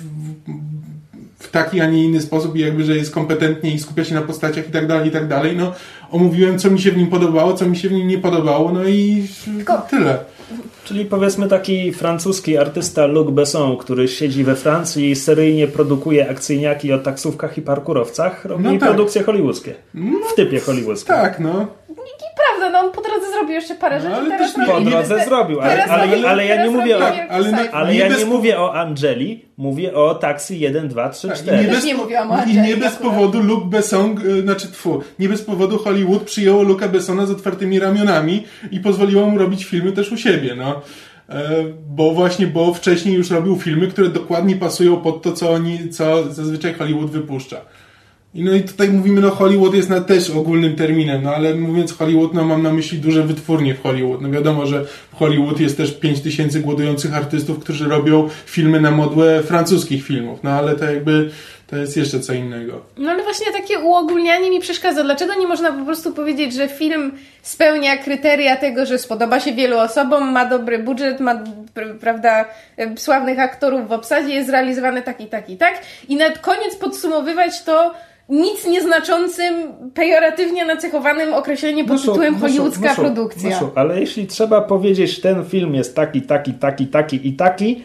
w taki, a nie inny sposób i jakby, że jest kompetentnie i skupia się na postaciach i tak dalej, i tak dalej. No omówiłem, co mi się w nim podobało, co mi się w nim nie podobało, no i Tylko... tyle. Czyli powiedzmy taki francuski artysta Luc Besson, który siedzi we Francji i seryjnie produkuje akcyjniaki o taksówkach i parkurowcach, robi no tak. produkcje hollywoodzkie. No, w typie hollywoodzkim. Tak, no. Nieprawda, no on po drodze zrobił jeszcze parę rzeczy. No, teraz po robi, drodze te, zrobił, ale, ale, ale, ale ja nie mówię o, tak, ale, na, ale nie ja bez... nie mówię o Angeli, mówię o Taxi jeden, dwa, trzy, tak, cztery. I nie bez, nie mówiłam o I nie bez powodu Luc Besson, znaczy tfu, nie bez powodu Hollywood przyjęło Luca Bessona z otwartymi ramionami i pozwoliło mu robić filmy też u siebie, no. Bo właśnie, bo wcześniej już robił filmy, które dokładnie pasują pod to, co oni, co zazwyczaj Hollywood wypuszcza. I no i tutaj mówimy, no Hollywood jest na też ogólnym terminem, no ale mówiąc Hollywood, no mam na myśli duże wytwórnie w Hollywood. No wiadomo, że w Hollywood jest też pięć tysięcy głodujących artystów, którzy robią filmy na modłę francuskich filmów, no ale to jakby to jest jeszcze co innego. No ale właśnie takie uogólnianie mi przeszkadza. Dlaczego nie można po prostu powiedzieć, że film spełnia kryteria tego, że spodoba się wielu osobom, ma dobry budżet, ma, prawda, sławnych aktorów w obsadzie, jest zrealizowany tak i tak i tak i na koniec podsumowywać to nic nieznaczącym, pejoratywnie nacechowanym określeniem pod tytułem hollywoodzka muszu, produkcja. Muszu, ale jeśli trzeba powiedzieć, ten film jest taki, taki, taki, taki i taki,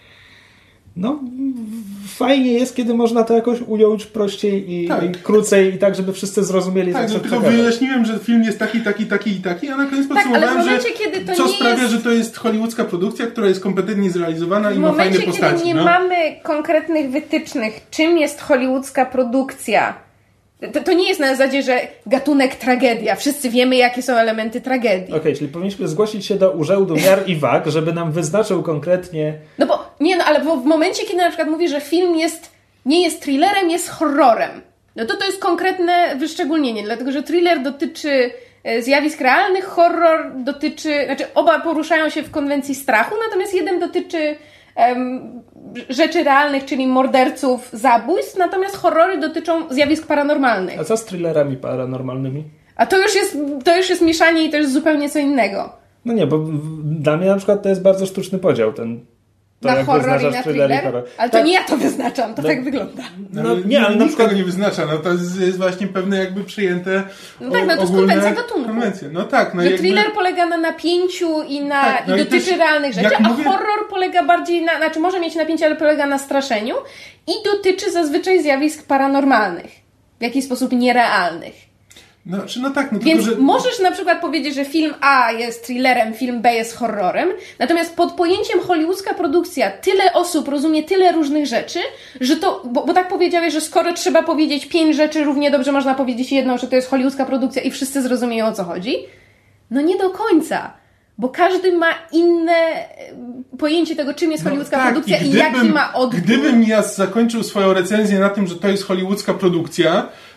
no fajnie jest, kiedy można to jakoś ująć prościej i, tak. i krócej i tak, żeby wszyscy zrozumieli. Tak, tak, no, tylko wyjaśniłem, że film jest taki, taki, taki i taki, a na koniec podsumowałem, tak, momencie, że kiedy to co nie sprawia, jest... że to jest hollywoodzka produkcja, która jest kompetentnie zrealizowana i ma fajne postaci. W momencie, kiedy nie no. mamy konkretnych wytycznych, czym jest hollywoodzka produkcja, to, to nie jest na zasadzie, że gatunek tragedia. Wszyscy wiemy, jakie są elementy tragedii. Okej, okay, czyli powinniśmy zgłosić się do Urzędu Miar i Wag, żeby nam wyznaczył konkretnie... No bo, nie no, ale bo w momencie, kiedy na przykład mówi, że film jest, nie jest thrillerem, jest horrorem, no to to jest konkretne wyszczególnienie, dlatego że thriller dotyczy zjawisk realnych, horror dotyczy, znaczy oba poruszają się w konwencji strachu, natomiast jeden dotyczy um, rzeczy realnych, czyli morderców, zabójstw, natomiast horrory dotyczą zjawisk paranormalnych. A co z thrillerami paranormalnymi? A to już jest, to już jest mieszanie i to jest zupełnie co innego. No nie, bo dla mnie na przykład to jest bardzo sztuczny podział, ten to na horror i na thriller? Horror. Ale tak. To nie ja to wyznaczam, to no, tak wygląda. No, no, nie, ale na przykład tego nie wyznacza, no to jest, jest właśnie pewne jakby przyjęte no tak, no to jest konwencja gatunku. Konwencje. No tak, no że jakby... thriller polega na napięciu i, na, tak, no i i dotyczy też, realnych rzeczy, a mówię... horror polega bardziej na, znaczy może mieć napięcie, ale polega na straszeniu i dotyczy zazwyczaj zjawisk paranormalnych. W jakiś sposób nierealnych. No, czy no tak, no Więc tylko, że... możesz na przykład powiedzieć, że film A jest thrillerem, film B jest horrorem, natomiast pod pojęciem hollywoodzka produkcja tyle osób rozumie tyle różnych rzeczy, że to, bo, bo tak powiedziałeś, że skoro trzeba powiedzieć pięć rzeczy, równie dobrze można powiedzieć jedną, że to jest hollywoodzka produkcja i wszyscy zrozumieją, o co chodzi. No nie do końca. Bo każdy ma inne pojęcie tego, czym jest hollywoodzka no tak, produkcja i, i jaki ma odbiór. Gdybym ja zakończył swoją recenzję na tym, że to jest hollywoodzka produkcja,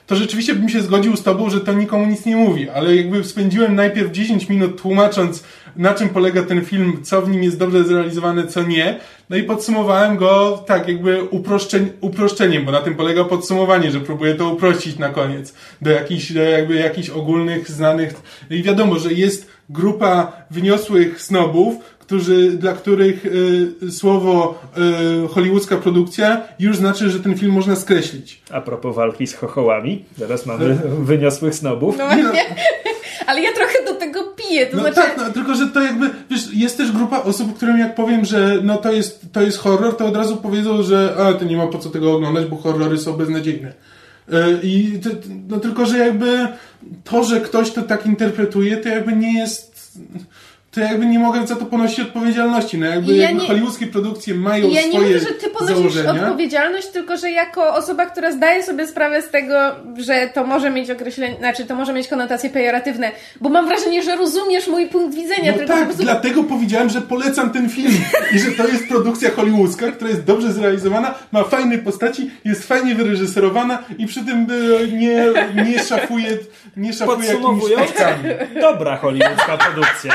to rzeczywiście bym się zgodził z tobą, że to nikomu nic nie mówi, ale jakby spędziłem najpierw dziesięć minut tłumacząc, na czym polega ten film, co w nim jest dobrze zrealizowane, co nie, no i podsumowałem go tak jakby uproszczeń, uproszczeniem, bo na tym polega podsumowanie, że próbuję to uprościć na koniec do jakichś, do jakby jakichś ogólnych, znanych i wiadomo, że jest grupa wyniosłych snobów, którzy, dla których y, słowo y, hollywoodzka produkcja już znaczy, że ten film można skreślić. A propos walki z chochołami, teraz mamy wyniosłych snobów. No właśnie, ale ja trochę do tego piję, to no znaczy... tak, no, tylko że to jakby, wiesz, jest też grupa osób, którym jak powiem, że no to jest, to jest horror, to od razu powiedzą, że a, to nie ma po co tego oglądać, bo horrory są beznadziejne. Y, I to, no tylko, że jakby to, że ktoś to tak interpretuje, to jakby nie jest... to jakby nie mogę za to ponosić odpowiedzialności. No jakby, ja jakby nie, hollywoodzkie produkcje mają ja swoje nie mówię, że ty ponosisz założenia. odpowiedzialność, tylko że jako osoba, która zdaje sobie sprawę z tego, że to może mieć określenie, znaczy to może mieć konotacje pejoratywne, bo mam wrażenie, że rozumiesz mój punkt widzenia. No tylko tak, po prostu... dlatego powiedziałem, że polecam ten film i że to jest produkcja hollywoodzka, która jest dobrze zrealizowana, ma fajne postaci, jest fajnie wyreżyserowana i przy tym nie, nie szafuje, nie szafuje jakimiś faktami. Dobra hollywoodzka produkcja.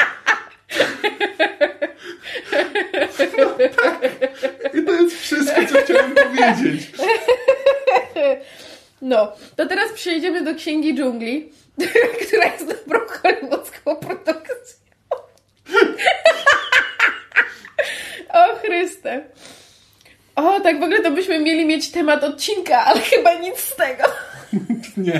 No, tak. I to jest wszystko, co chciałem powiedzieć. No, to teraz przejdziemy do Księgi Dżungli, która jest dobrą hollywoodzką produkcją. O Chryste. O, tak w ogóle to byśmy mieli mieć temat odcinka, ale chyba nic z tego. Nie.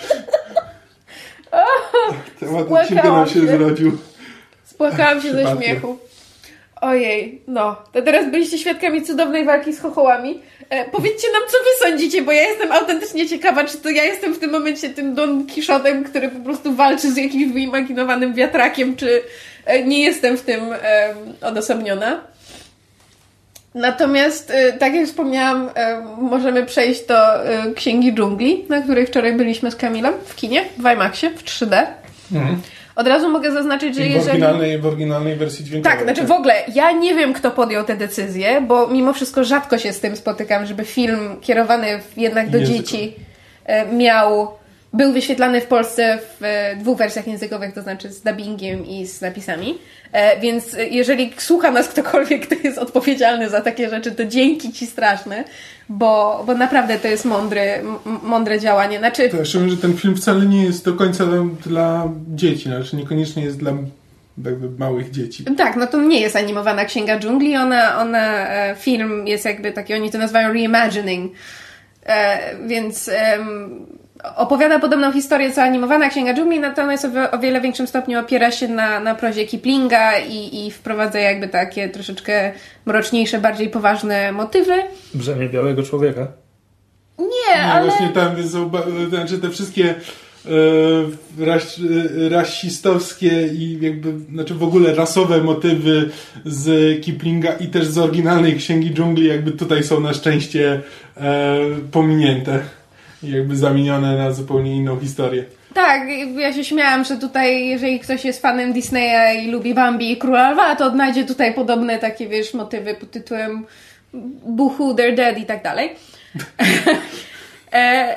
Temat odcinka nam się zrodził. Spłakałam się ze śmiechu. Ojej, no. To teraz byliście świadkami cudownej walki z chochołami. E, powiedzcie nam, co wy sądzicie, bo ja jestem autentycznie ciekawa, czy to ja jestem w tym momencie tym Don Quixotem, który po prostu walczy z jakimś wyimaginowanym wiatrakiem, czy e, nie jestem w tym e, odosobniona. Natomiast, e, tak jak wspomniałam, e, możemy przejść do e, Księgi Dżungli, na której wczoraj byliśmy z Kamilem w kinie, w IMAXie, w trzy D. Mhm. Od razu mogę zaznaczyć, że I w jeżeli... Oryginalnej, w oryginalnej wersji dźwiękowej. Tak, znaczy w ogóle ja nie wiem, kto podjął tę decyzję, bo mimo wszystko rzadko się z tym spotykam, żeby film kierowany jednak do Językowy. dzieci miał... Był wyświetlany w Polsce w dwóch wersjach językowych, to znaczy z dubbingiem i z napisami. Więc jeżeli słucha nas ktokolwiek, kto jest odpowiedzialny za takie rzeczy, to dzięki ci straszne, bo, bo naprawdę to jest mądry, m- mądre działanie. Znaczy... To jeszcze wiem, że ten film wcale nie jest do końca dla dzieci, znaczy niekoniecznie jest dla jakby małych dzieci. Tak, no to nie jest animowana Księga Dżungli, ona, ona film jest jakby taki, oni to nazywają reimagining, więc opowiada podobną historię co animowana Księga Dżungli, natomiast o, o wiele większym stopniu opiera się na, na prozie Kiplinga i, i wprowadza jakby takie troszeczkę mroczniejsze, bardziej poważne motywy. Brzemię białego człowieka. Nie, Nie, ale... właśnie tam są, znaczy te wszystkie e, ras, rasistowskie i jakby, znaczy w ogóle rasowe motywy z Kiplinga i też z oryginalnej Księgi Dżungli jakby tutaj są na szczęście e, pominięte. I jakby zamienione na zupełnie inną historię. Tak, ja się śmiałam, że tutaj, jeżeli ktoś jest fanem Disneya i lubi Bambi i Króla Lwa, to odnajdzie tutaj podobne takie, wiesz, motywy pod tytułem Boo-hoo, they're dead i tak dalej. e,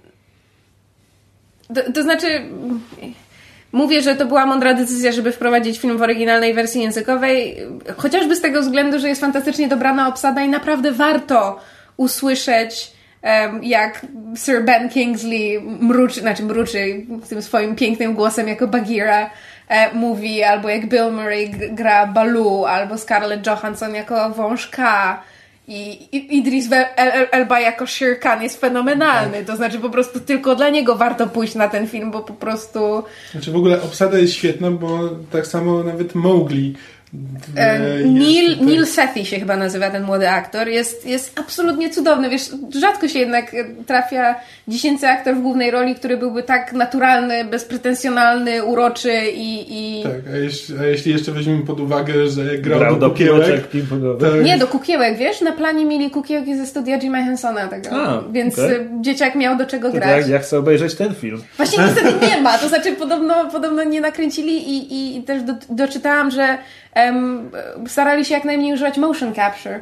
to, to znaczy... Mówię, że to była mądra decyzja, żeby wprowadzić film w oryginalnej wersji językowej, chociażby z tego względu, że jest fantastycznie dobrana obsada i naprawdę warto usłyszeć, jak Sir Ben Kingsley mruczy, znaczy mruczy tym swoim pięknym głosem jako Bagheera e, mówi, albo jak Bill Murray gra Baloo, albo Scarlett Johansson jako Wąż K. I, i Idris Elba jako Shere Khan jest fenomenalny. To znaczy po prostu tylko dla niego warto pójść na ten film, bo po prostu... Znaczy w ogóle obsada jest świetna, bo tak samo nawet Mowgli E, Neil, Neil Sethi się chyba nazywa ten młody aktor. Jest, jest absolutnie cudowny. Wiesz, rzadko się jednak trafia dziesięcy aktor w głównej roli, który byłby tak naturalny, bezpretensjonalny, uroczy i... i... Tak, a jeśli, a jeśli jeszcze weźmiemy pod uwagę, że grał, grał do kukiełek, to... Nie, do kukiełek, wiesz? Na planie mieli kukiełki ze studia Jima Hensona, tego. A, więc okay. dzieciak miał do czego to grać. Jak, jak chcę obejrzeć ten film? Właśnie niestety nie ma. To znaczy podobno, podobno nie nakręcili i, i, i też do, doczytałam, że Um, starali się jak najmniej używać motion capture,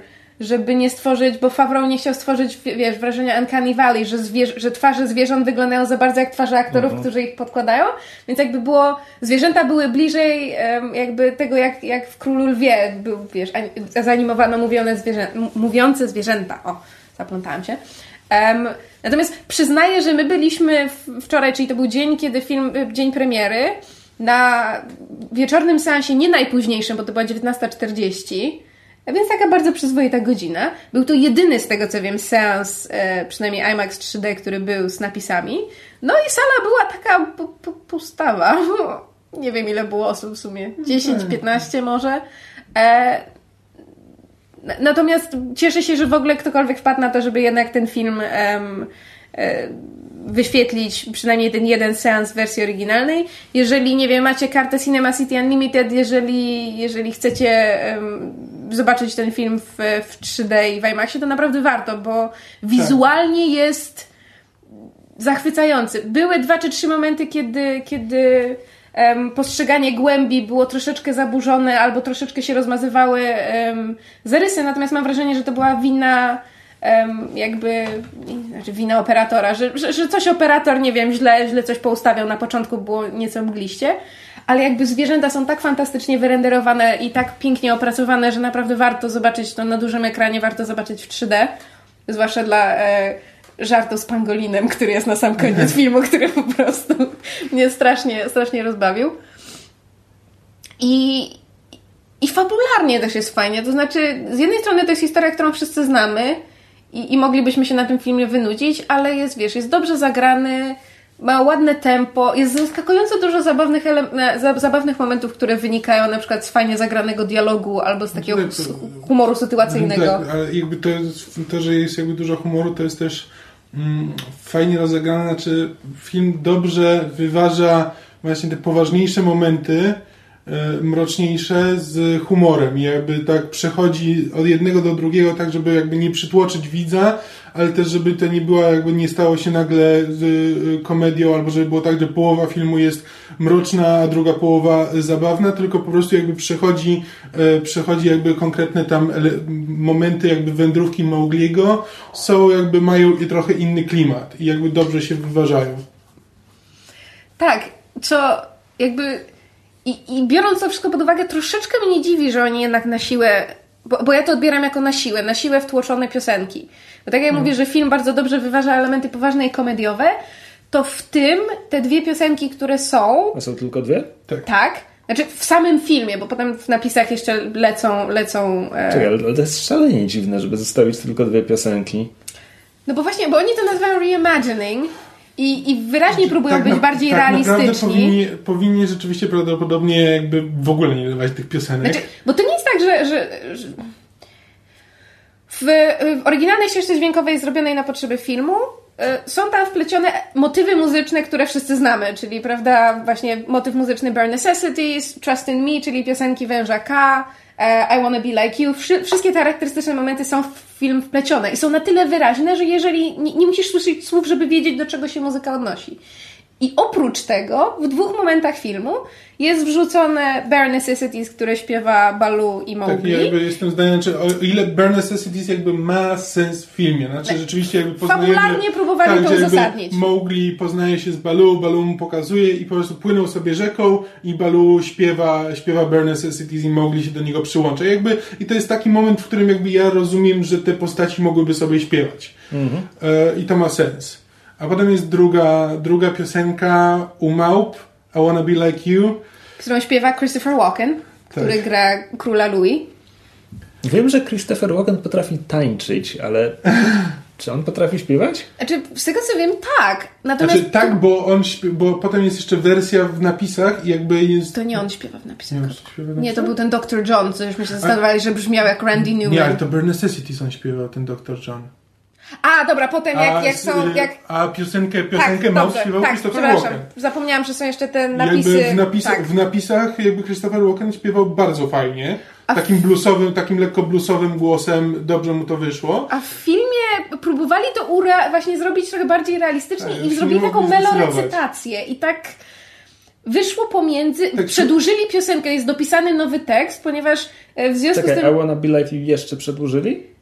żeby nie stworzyć, bo Favreau nie chciał stworzyć, wiesz, wrażenia Uncanny Valley, że, zwierz- że twarze zwierząt wyglądają za bardzo jak twarze aktorów, mhm. którzy ich podkładają, więc jakby było, zwierzęta były bliżej um, jakby tego, jak, jak w Królu Lwie był, wiesz, zanimowano mówione zwierzę- m- mówiące zwierzęta. O, zaplątałam się. Um, natomiast przyznaję, że my byliśmy w- wczoraj, czyli to był dzień, kiedy film, dzień premiery, na wieczornym seansie, nie najpóźniejszym, bo to była dziewiętnasta czterdzieści, więc taka bardzo przyzwoita godzina. Był to jedyny, z tego co wiem, seans, e, przynajmniej IMAX trzy D, który był z napisami. No i sala była taka pu- pu- pustawa. Nie wiem, ile było osób w sumie. dziesięć piętnaście może. E, natomiast cieszę się, że w ogóle ktokolwiek wpadł na to, żeby jednak ten film em, e, wyświetlić, przynajmniej ten jeden seans w wersji oryginalnej. Jeżeli, nie wiem, macie kartę Cinema City Unlimited, jeżeli, jeżeli chcecie um, zobaczyć ten film w, w trzy D i w IMAXie, to naprawdę warto, bo wizualnie tak. jest zachwycający. Były dwa czy trzy momenty, kiedy, kiedy um, postrzeganie głębi było troszeczkę zaburzone albo troszeczkę się rozmazywały um, zarysy, natomiast mam wrażenie, że to była wina Um, jakby znaczy wina operatora, że, że, że coś operator, nie wiem, źle, źle coś poustawiał na początku, było nieco mgliście, ale jakby zwierzęta są tak fantastycznie wyrenderowane i tak pięknie opracowane, że naprawdę warto zobaczyć to na dużym ekranie, warto zobaczyć w trzy D, zwłaszcza dla e, żartu z pangolinem, który jest na sam koniec filmu, który po prostu mnie strasznie, strasznie rozbawił. I i fabularnie też jest fajnie, to znaczy z jednej strony to jest historia, którą wszyscy znamy, I, i moglibyśmy się na tym filmie wynudzić, ale jest, wiesz, jest dobrze zagrany, ma ładne tempo, jest zaskakująco dużo zabawnych, ele- za- zabawnych momentów, które wynikają na przykład z fajnie zagranego dialogu albo z takiego tak, to, humoru sytuacyjnego. Tak, ale jakby to, to, że jest jakby dużo humoru, to jest też mm, fajnie rozegrane, znaczy film dobrze wyważa właśnie te poważniejsze momenty, mroczniejsze z humorem i jakby tak przechodzi od jednego do drugiego tak, żeby jakby nie przytłoczyć widza, ale też żeby to nie była, jakby nie stało się nagle z komedią, albo żeby było tak, że połowa filmu jest mroczna, a druga połowa zabawna, tylko po prostu jakby przechodzi przechodzi jakby konkretne tam momenty jakby wędrówki Mowgliego są jakby, mają trochę inny klimat i jakby dobrze się wyważają. Tak, co jakby I, I biorąc to wszystko pod uwagę, troszeczkę mnie dziwi, że oni jednak na siłę, bo, bo ja to odbieram jako na siłę, na siłę wtłoczone piosenki. Bo tak jak hmm. mówię, że film bardzo dobrze wyważa elementy poważne i komediowe, to w tym te dwie piosenki, które są... A są tylko dwie? Tak. Tak. Znaczy w samym filmie, bo potem w napisach jeszcze lecą... lecą e... Czekaj, ale to jest szalenie dziwne, żeby zostawić tylko dwie piosenki. No bo właśnie, bo oni to nazywają reimagining, I, I wyraźnie znaczy, próbują tak być na, bardziej tak realistyczni. Tak powinni, powinni rzeczywiście prawdopodobnie jakby w ogóle nie dawać tych piosenek. Znaczy, bo to nie jest tak, że... że, że w, w oryginalnej ścieżce dźwiękowej zrobionej na potrzeby filmu y, są tam wplecione motywy muzyczne, które wszyscy znamy, czyli prawda, właśnie motyw muzyczny Bare Necessities, Trust in Me, czyli piosenki Węża K, I Wanna Be Like You. Wszy- wszystkie te charakterystyczne momenty są w film wplecione i są na tyle wyraźne, że jeżeli nie, nie musisz słyszeć słów, żeby wiedzieć, do czego się muzyka odnosi. I oprócz tego w dwóch momentach filmu jest wrzucone Bare Necessities, które śpiewa Baloo i Mowgli. Tak, ja jakby jestem zdania, czy o ile Bare Necessities jakby ma sens w filmie. Znaczy rzeczywiście jakby poznajemy... Fabularnie próbowali tak, to uzasadnić. Mowgli poznaje się z Baloo, Baloo mu pokazuje i po prostu płyną sobie rzeką i Baloo śpiewa, śpiewa Bare Necessities i Mowgli się do niego przyłącza. Jakby, i to jest taki moment, w którym jakby ja rozumiem, że te postaci mogłyby sobie śpiewać. Mhm. E, I to ma sens. A potem jest druga, druga piosenka u małp, I Wanna Be Like You, którą śpiewa Christopher Walken, który tak. gra króla Louis. Wiem, że Christopher Walken potrafi tańczyć, ale czy on potrafi śpiewać? Znaczy, z tego co wiem, tak. Natomiast znaczy, tak, bo on śpie- bo potem jest jeszcze wersja w napisach i jakby jest... To nie on śpiewa w napisach. Nie, śpiewa w nie to był ten doktor John, co żeśmy się zastanawiali, że brzmiał jak Randy Newman. Nie, ale to Bare Necessities on śpiewał, ten doktor John. A, dobra, potem jak, a, jak są... Jak... A piosenkę, piosenkę tak, Mouse śpiewał tak, Christopher Walken. Walken. Zapomniałam, że są jeszcze te napisy... Jakby w, napis- tak. w napisach jakby Christopher Walken śpiewał bardzo fajnie. A takim bluesowym, takim lekko bluesowym głosem dobrze mu to wyszło. A w filmie próbowali to ura- właśnie zrobić trochę bardziej realistycznie tak, i zrobili taką melorecytację. I tak wyszło pomiędzy... Tak, przedłużyli piosenkę, jest dopisany nowy tekst, ponieważ w związku Czekaj, z tym... I Wanna Be Like You jeszcze przedłużyli?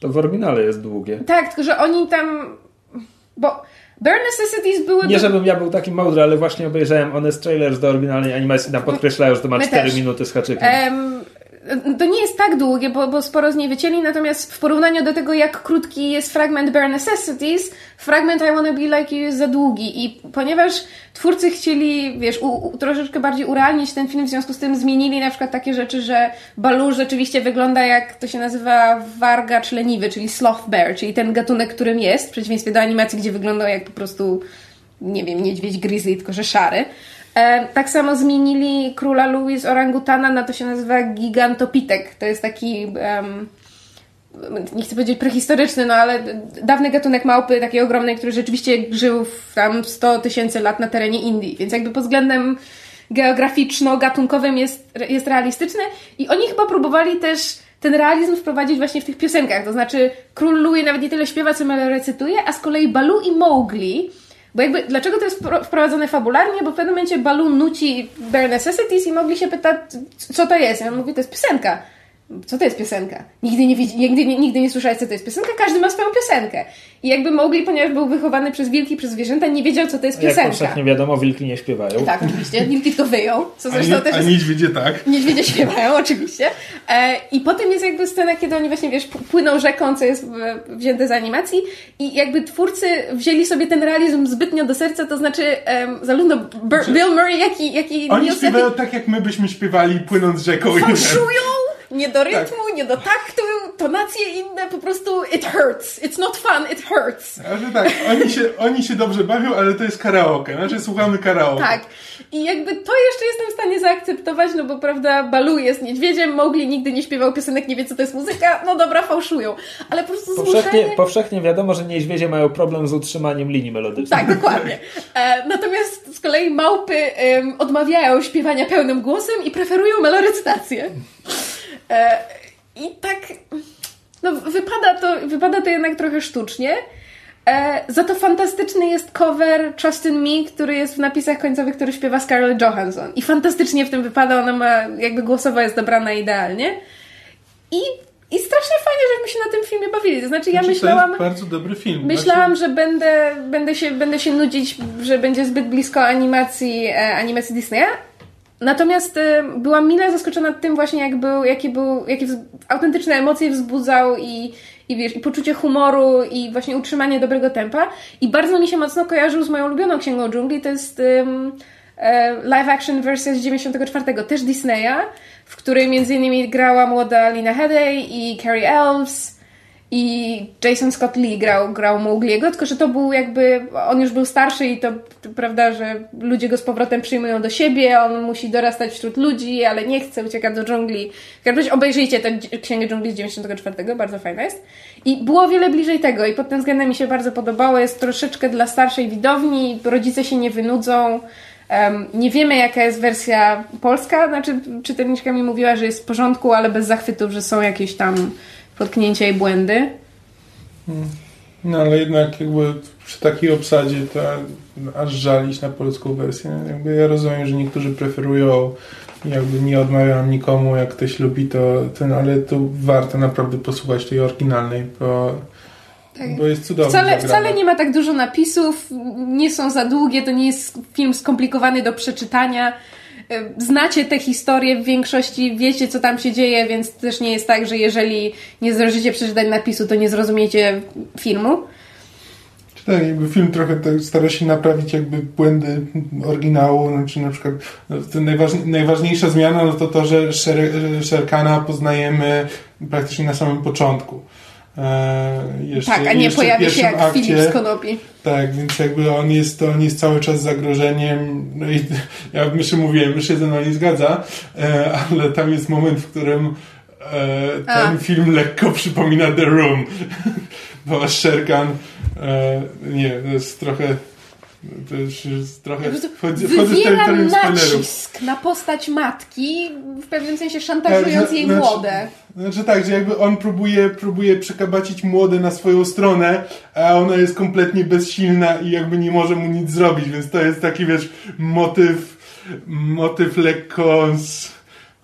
To w oryginale jest długie. Tak, tylko że oni tam... Bo Bare Necessities były... Nie, do... żebym ja był taki mądry, ale właśnie obejrzałem Honest Trailers do oryginalnej animacji, tam podkreślają, że to ma My cztery też. minuty z haczykiem. Um, to nie jest tak długie, bo, bo sporo z niej wycięli, natomiast w porównaniu do tego, jak krótki jest fragment Bare Necessities, fragment I Wanna Be Like You jest za długi i ponieważ twórcy chcieli, wiesz, u, u, troszeczkę bardziej urealnić ten film, w związku z tym zmienili na przykład takie rzeczy, że Baloo rzeczywiście wygląda jak to się nazywa wargacz leniwy, czyli sloth bear, czyli ten gatunek, którym jest, w przeciwieństwie do animacji, gdzie wyglądał jak po prostu, nie wiem, niedźwiedź grizzly, tylko że szary. E, tak samo zmienili króla Louis z orangutana na to się nazywa gigantopitek. To jest taki, um, nie chcę powiedzieć prehistoryczny, no ale dawny gatunek małpy, takiej ogromnej, który rzeczywiście żył w tam sto tysięcy lat na terenie Indii. Więc jakby pod względem geograficzno-gatunkowym jest, jest realistyczny i oni chyba próbowali też ten realizm wprowadzić właśnie w tych piosenkach. To znaczy król Louis nawet nie tyle śpiewa, co recytuje, a z kolei Baloo i Mowgli. Bo jakby, dlaczego to jest wprowadzone fabularnie? Bo w pewnym momencie Baloo nuci Bare Necessities i mogli się pytać, co to jest. I on mówi, to jest piosenka. Co to jest piosenka? Nigdy nie, widzi, nigdy, nie, nigdy nie słyszałeś, co to jest piosenka. Każdy ma swoją piosenkę. I jakby Mowgli, ponieważ był wychowany przez wilki, przez zwierzęta, nie wiedział, co to jest piosenka. Jak powszechnie wiadomo, wilki nie śpiewają. Tak, oczywiście. Wilki tylko wyją. Co zresztą a, też a jest... niedźwiedzie tak. Niedźwiedzie śpiewają, oczywiście. E, I potem jest jakby scena, kiedy oni właśnie, wiesz, płyną rzeką, co jest wzięte z animacji i jakby twórcy wzięli sobie ten realizm zbytnio do serca, to znaczy um, zarówno Bur- Bill Murray, jak i, jak i Oni Neil śpiewają Sedgwick tak, jak my byśmy śpiewali płynąc rzeką. fałszują! Nie do rytmu, tak. Nie do taktu, tonacje inne, po prostu it hurts. It's not fun, it hurts. Ale tak, oni się, oni się dobrze bawią, ale to jest karaoke, znaczy słuchamy karaoke. Tak. I jakby to jeszcze jestem w stanie zaakceptować, no bo prawda, Baloo jest niedźwiedziem, Mowgli nigdy nie śpiewał piosenek, nie wie co to jest muzyka, no dobra, fałszują. Ale po prostu powszechnie, zmuszenie... powszechnie wiadomo, że niedźwiedzie mają problem z utrzymaniem linii melodycznej. Tak, dokładnie. E, natomiast z kolei małpy e, odmawiają śpiewania pełnym głosem i preferują melorecytację. E, I tak, no wypada to, wypada to jednak trochę sztucznie. E, za to fantastyczny jest cover Trust in Me, który jest w napisach końcowych, który śpiewa Scarlett Johansson. I fantastycznie w tym wypada, ona ma, jakby głosowo jest dobrana idealnie. I, i strasznie fajnie, żeśmy się na tym filmie bawili. To znaczy, ja znaczy, myślałam... To jest bardzo dobry film. Myślałam, znaczy... że będę, będę, się, będę się nudzić, że będzie zbyt blisko animacji, e, animacji Disneya. Natomiast y, byłam mile zaskoczona tym właśnie, jak był, jakie, był, jakie wz... autentyczne emocje wzbudzał i, i, wiesz, i poczucie humoru i właśnie utrzymanie dobrego tempa. I bardzo mi się mocno kojarzył z moją ulubioną Księgą Dżungli. To jest ym, e, live action wersja z dziewięćdziesiątego czwartego, też Disneya, w której między innymi grała młoda Lena Headey i Carrie Elves i Jason Scott Lee grał, grał Mowgliego, tylko że to był jakby, on już był starszy i to, to prawda, że ludzie go z powrotem przyjmują do siebie, on musi dorastać wśród ludzi, ale nie chce, ucieka do dżungli. W każdym razie obejrzyjcie tę Księgę Dżungli z dziewięćdziesiątego czwartego, bardzo fajna jest. I było o wiele bliżej tego i pod tym względem mi się bardzo podobało, jest troszeczkę dla starszej widowni, rodzice się nie wynudzą. Um, nie wiemy, jaka jest wersja polska, znaczy czytelniczka mi mówiła, że jest w porządku, ale bez zachwytów, że są jakieś tam potknięcia i błędy. No ale jednak jakby przy takiej obsadzie to aż żalić na polską wersję. Jakby ja rozumiem, że niektórzy preferują, jakby nie odmawiam nikomu, jak ktoś lubi to ten, ale tu warto naprawdę posłuchać tej oryginalnej, bo, tak. bo jest cudownie. Wcale, wcale nie ma tak dużo napisów, nie są za długie, to nie jest film skomplikowany do przeczytania. Znacie te historie w większości, wiecie, co tam się dzieje, więc też nie jest tak, że jeżeli nie zdążycie przeczytać napisu, to nie zrozumiecie filmu. Tak, jakby film trochę tak stara się naprawić jakby błędy oryginału, znaczy na przykład to najważniej, najważniejsza zmiana no to to, że Sher, Sher Khana poznajemy praktycznie na samym początku. E, jeszcze, tak, a nie pojawi się jak akcie. Filip z Konopi. Tak, więc jakby on jest, on jest cały czas zagrożeniem. No i ja myszy mówiłem, myszy ze mną nie zgadza, e, ale tam jest moment, w którym e, ten a. film lekko przypomina The Room. Bo Sher Khan e, nie, to jest trochę to już jest trochę wchodzę, wchodzę w terytorium spoilerów. Nacisk na postać matki, w pewnym sensie szantażując tak, jej znaczy, młode. Znaczy tak, że jakby on próbuje, próbuje przekabacić młode na swoją stronę, a ona jest kompletnie bezsilna i jakby nie może mu nic zrobić, więc to jest taki, wiesz, motyw motyw lekko z,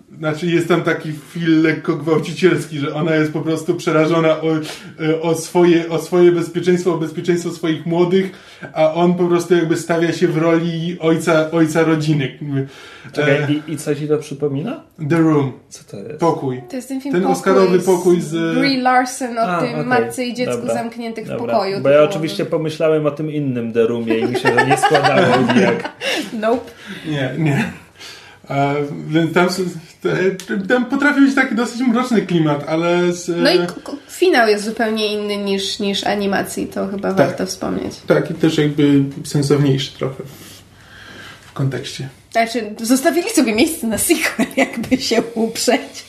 Znaczy jest tam taki film lekko gwałcicielski, że ona jest po prostu przerażona o, o, swoje, o swoje bezpieczeństwo, o bezpieczeństwo swoich młodych, a on po prostu jakby stawia się w roli ojca, ojca rodziny. Czekaj, e, i, i co ci to przypomina? The Room. Co to jest? Pokój. To jest ten film Ten Pokój Oscarowy z pokój z... Brie Larson o A, tym okay. matce i dziecku Dobra. zamkniętych Dobra. w pokoju. Bo ja typowo. oczywiście pomyślałem o tym innym The Roomie i mi się to nie składało jak... Nope. Nie, nie. A, więc tam, tam potrafi być taki dosyć mroczny klimat, ale... Z, No i k- k- finał jest zupełnie inny niż, niż animacji, to chyba Tak. warto wspomnieć. Tak, i też jakby sensowniejszy trochę w, w kontekście. Znaczy, zostawili sobie miejsce na sequel, jakby się uprzeć.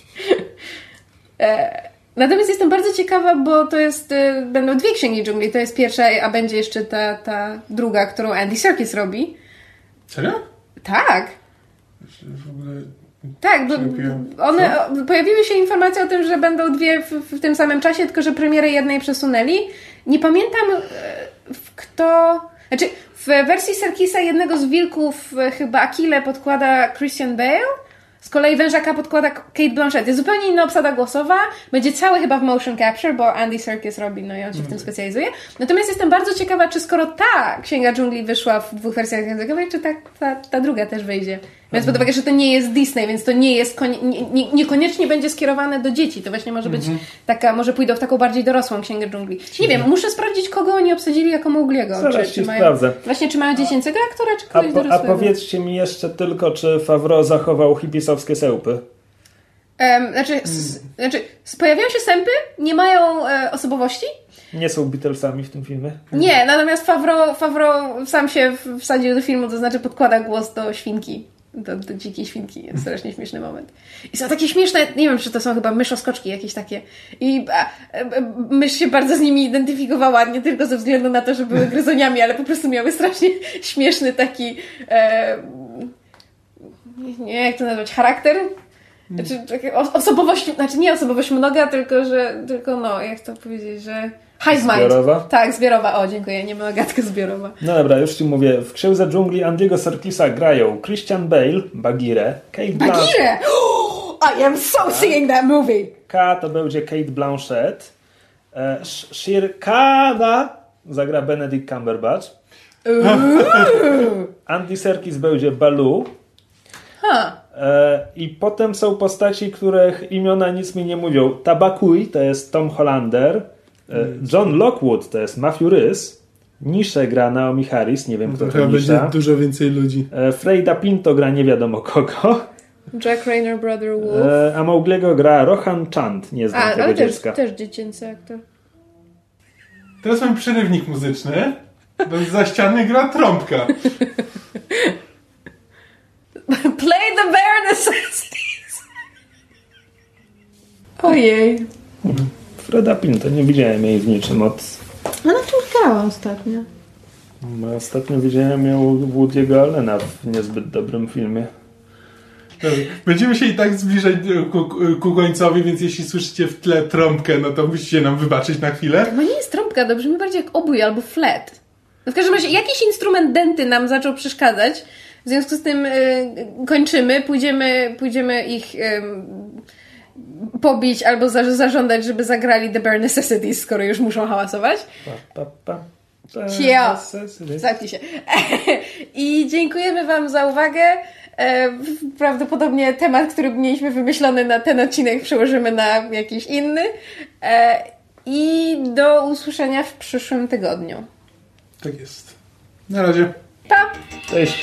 e, natomiast jestem bardzo ciekawa, bo to jest, e, będą dwie Księgi Dżungli. To jest pierwsza, a będzie jeszcze ta, ta druga, którą Andy Serkis robi. Serio? Tak. W ogóle... Tak, bo Przegapiłem. one, o, pojawiły się informacje o tym, że będą dwie w, w tym samym czasie, tylko że premierę jednej przesunęli. Nie pamiętam e, w kto... Znaczy, w wersji Serkisa jednego z wilków e, chyba Akile podkłada Christian Bale, z kolei Wężaka podkłada Kate Blanchett. Jest zupełnie inna obsada głosowa. Będzie cały chyba w motion capture, bo Andy Serkis robi, no i on się w tym specjalizuje. Natomiast jestem bardzo ciekawa, czy skoro ta Księga Dżungli wyszła w dwóch wersjach językowych, czy ta, ta, ta druga też wyjdzie. Więc pod uwagę, że to nie jest Disney, więc to nie jest konie, nie, nie, niekoniecznie będzie skierowane do dzieci. To właśnie może być taka, może pójdą w taką bardziej dorosłą Księgę Dżungli. Nie wiem, muszę sprawdzić, kogo oni obsadzili jako Mowgliego. Zaraz Czy, ci czy mają, sprawdzę. właśnie, czy mają dziecięcego aktora, czy A, kogoś po, a dorosłego? powiedzcie mi jeszcze tylko, czy Favreau zachował hipisowskie sełpy? Um, znaczy, s, znaczy, s- pojawiają się sępy, nie mają e, osobowości. Nie są Beatlesami w tym filmie? Nie, natomiast Favreau, Favreau sam się w- wsadził do filmu, to znaczy podkłada głos do świnki. Do, do dzikiej świnki. Jest strasznie śmieszny moment. I są takie śmieszne, nie wiem, czy to są chyba myszoskoczki jakieś takie. I a, a, mysz się bardzo z nimi identyfikowała, nie tylko ze względu na to, że były gryzoniami, ale po prostu miały strasznie śmieszny taki e, nie, jak to nazwać, charakter? Znaczy, takie os- osobowość, znaczy nie osobowość mnoga, tylko że, tylko no, jak to powiedzieć, że hive mind. Zbiorowa? Tak, zbiorowa. O, dziękuję, nie mnoga, tylko zbiorowa. No dobra, już ci mówię. W Księdze Dżungli Andy'ego Serkisa grają Christian Bale, Bagheera, Kate Blanchett. Bagheera! I am so seeing that movie! K to będzie Kate Blanchett. E, Sh- Shere Kana zagra Benedict Cumberbatch. Andy Serkis będzie Baloo. Huh. E, I potem są postaci, których imiona nic mi nie mówią. Tabakui to jest Tom Hollander. E, John Lockwood to jest Matthew Rhys. Niszę gra Naomi Harris, nie wiem kto to Chyba będzie Nisza. dużo więcej ludzi. E, Freyda Pinto gra nie wiadomo kogo. Jack Rayner, Brother Wolf. E, a Mowgliego gra Rohan Chand. Nie znam A, tego ale też, dziecka. też dziecięcy aktor. Teraz mam przerywnik muzyczny. Bo za ściany gra trąbka. Play the bare necessities! Ojej. Freda Pinto, nie widziałem jej w niczym od... Ona tu grała ostatnio. No, ostatnio widziałem ją u Woody'ego Allena w niezbyt dobrym filmie. Dobrze. Będziemy się i tak zbliżać ku, ku końcowi, więc jeśli słyszycie w tle trąbkę, no to musicie nam wybaczyć na chwilę. To nie jest trąbka, to brzmi bardziej jak obój albo flet. No w każdym razie jakiś instrument denty nam zaczął przeszkadzać. W związku z tym y, kończymy, pójdziemy, pójdziemy ich y, pobić albo za, zażądać, żeby zagrali The Bare Necessities, skoro już muszą hałasować. Pa, pa, pa. Cio! Zamknij się. I dziękujemy Wam za uwagę. E, prawdopodobnie temat, który mieliśmy wymyślony na ten odcinek, przełożymy na jakiś inny. E, I do usłyszenia w przyszłym tygodniu. Tak jest. Na razie. Pa! Cześć.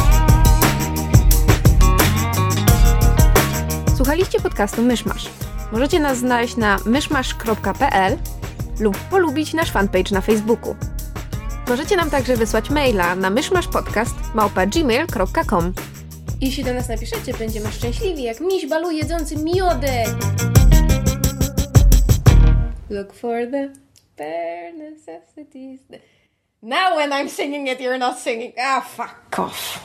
Słuchaliście podcastu Myszmasz. Możecie nas znaleźć na myszmasz kropka p l lub polubić nasz fanpage na Facebooku. Możecie nam także wysłać maila na myszmaszpodcast małpa gmail kropka com. Jeśli do nas napiszecie, będziemy szczęśliwi jak miś Balu jedzący miodek. Look for the bare necessities. Now when I'm singing it, you're not singing. Ah, fuck off.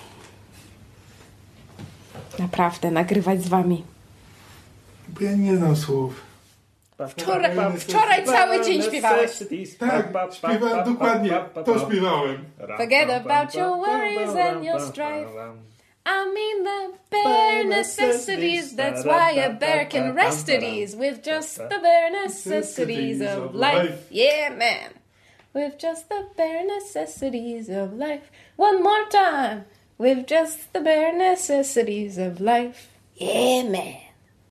Naprawdę, nagrywać z wami. Bo ja nie znam słów. Wczoraj, wczoraj cały dzień śpiewałeś. Tak, śpiewałem dokładnie. To śpiewałem. Forget about your worries and your strife. I mean the bare necessities. That's why a bear can rest at ease with just the bare necessities of life. Yeah, man. With just the bare necessities of life. One more time. With just the bare necessities of life. Yeah, man.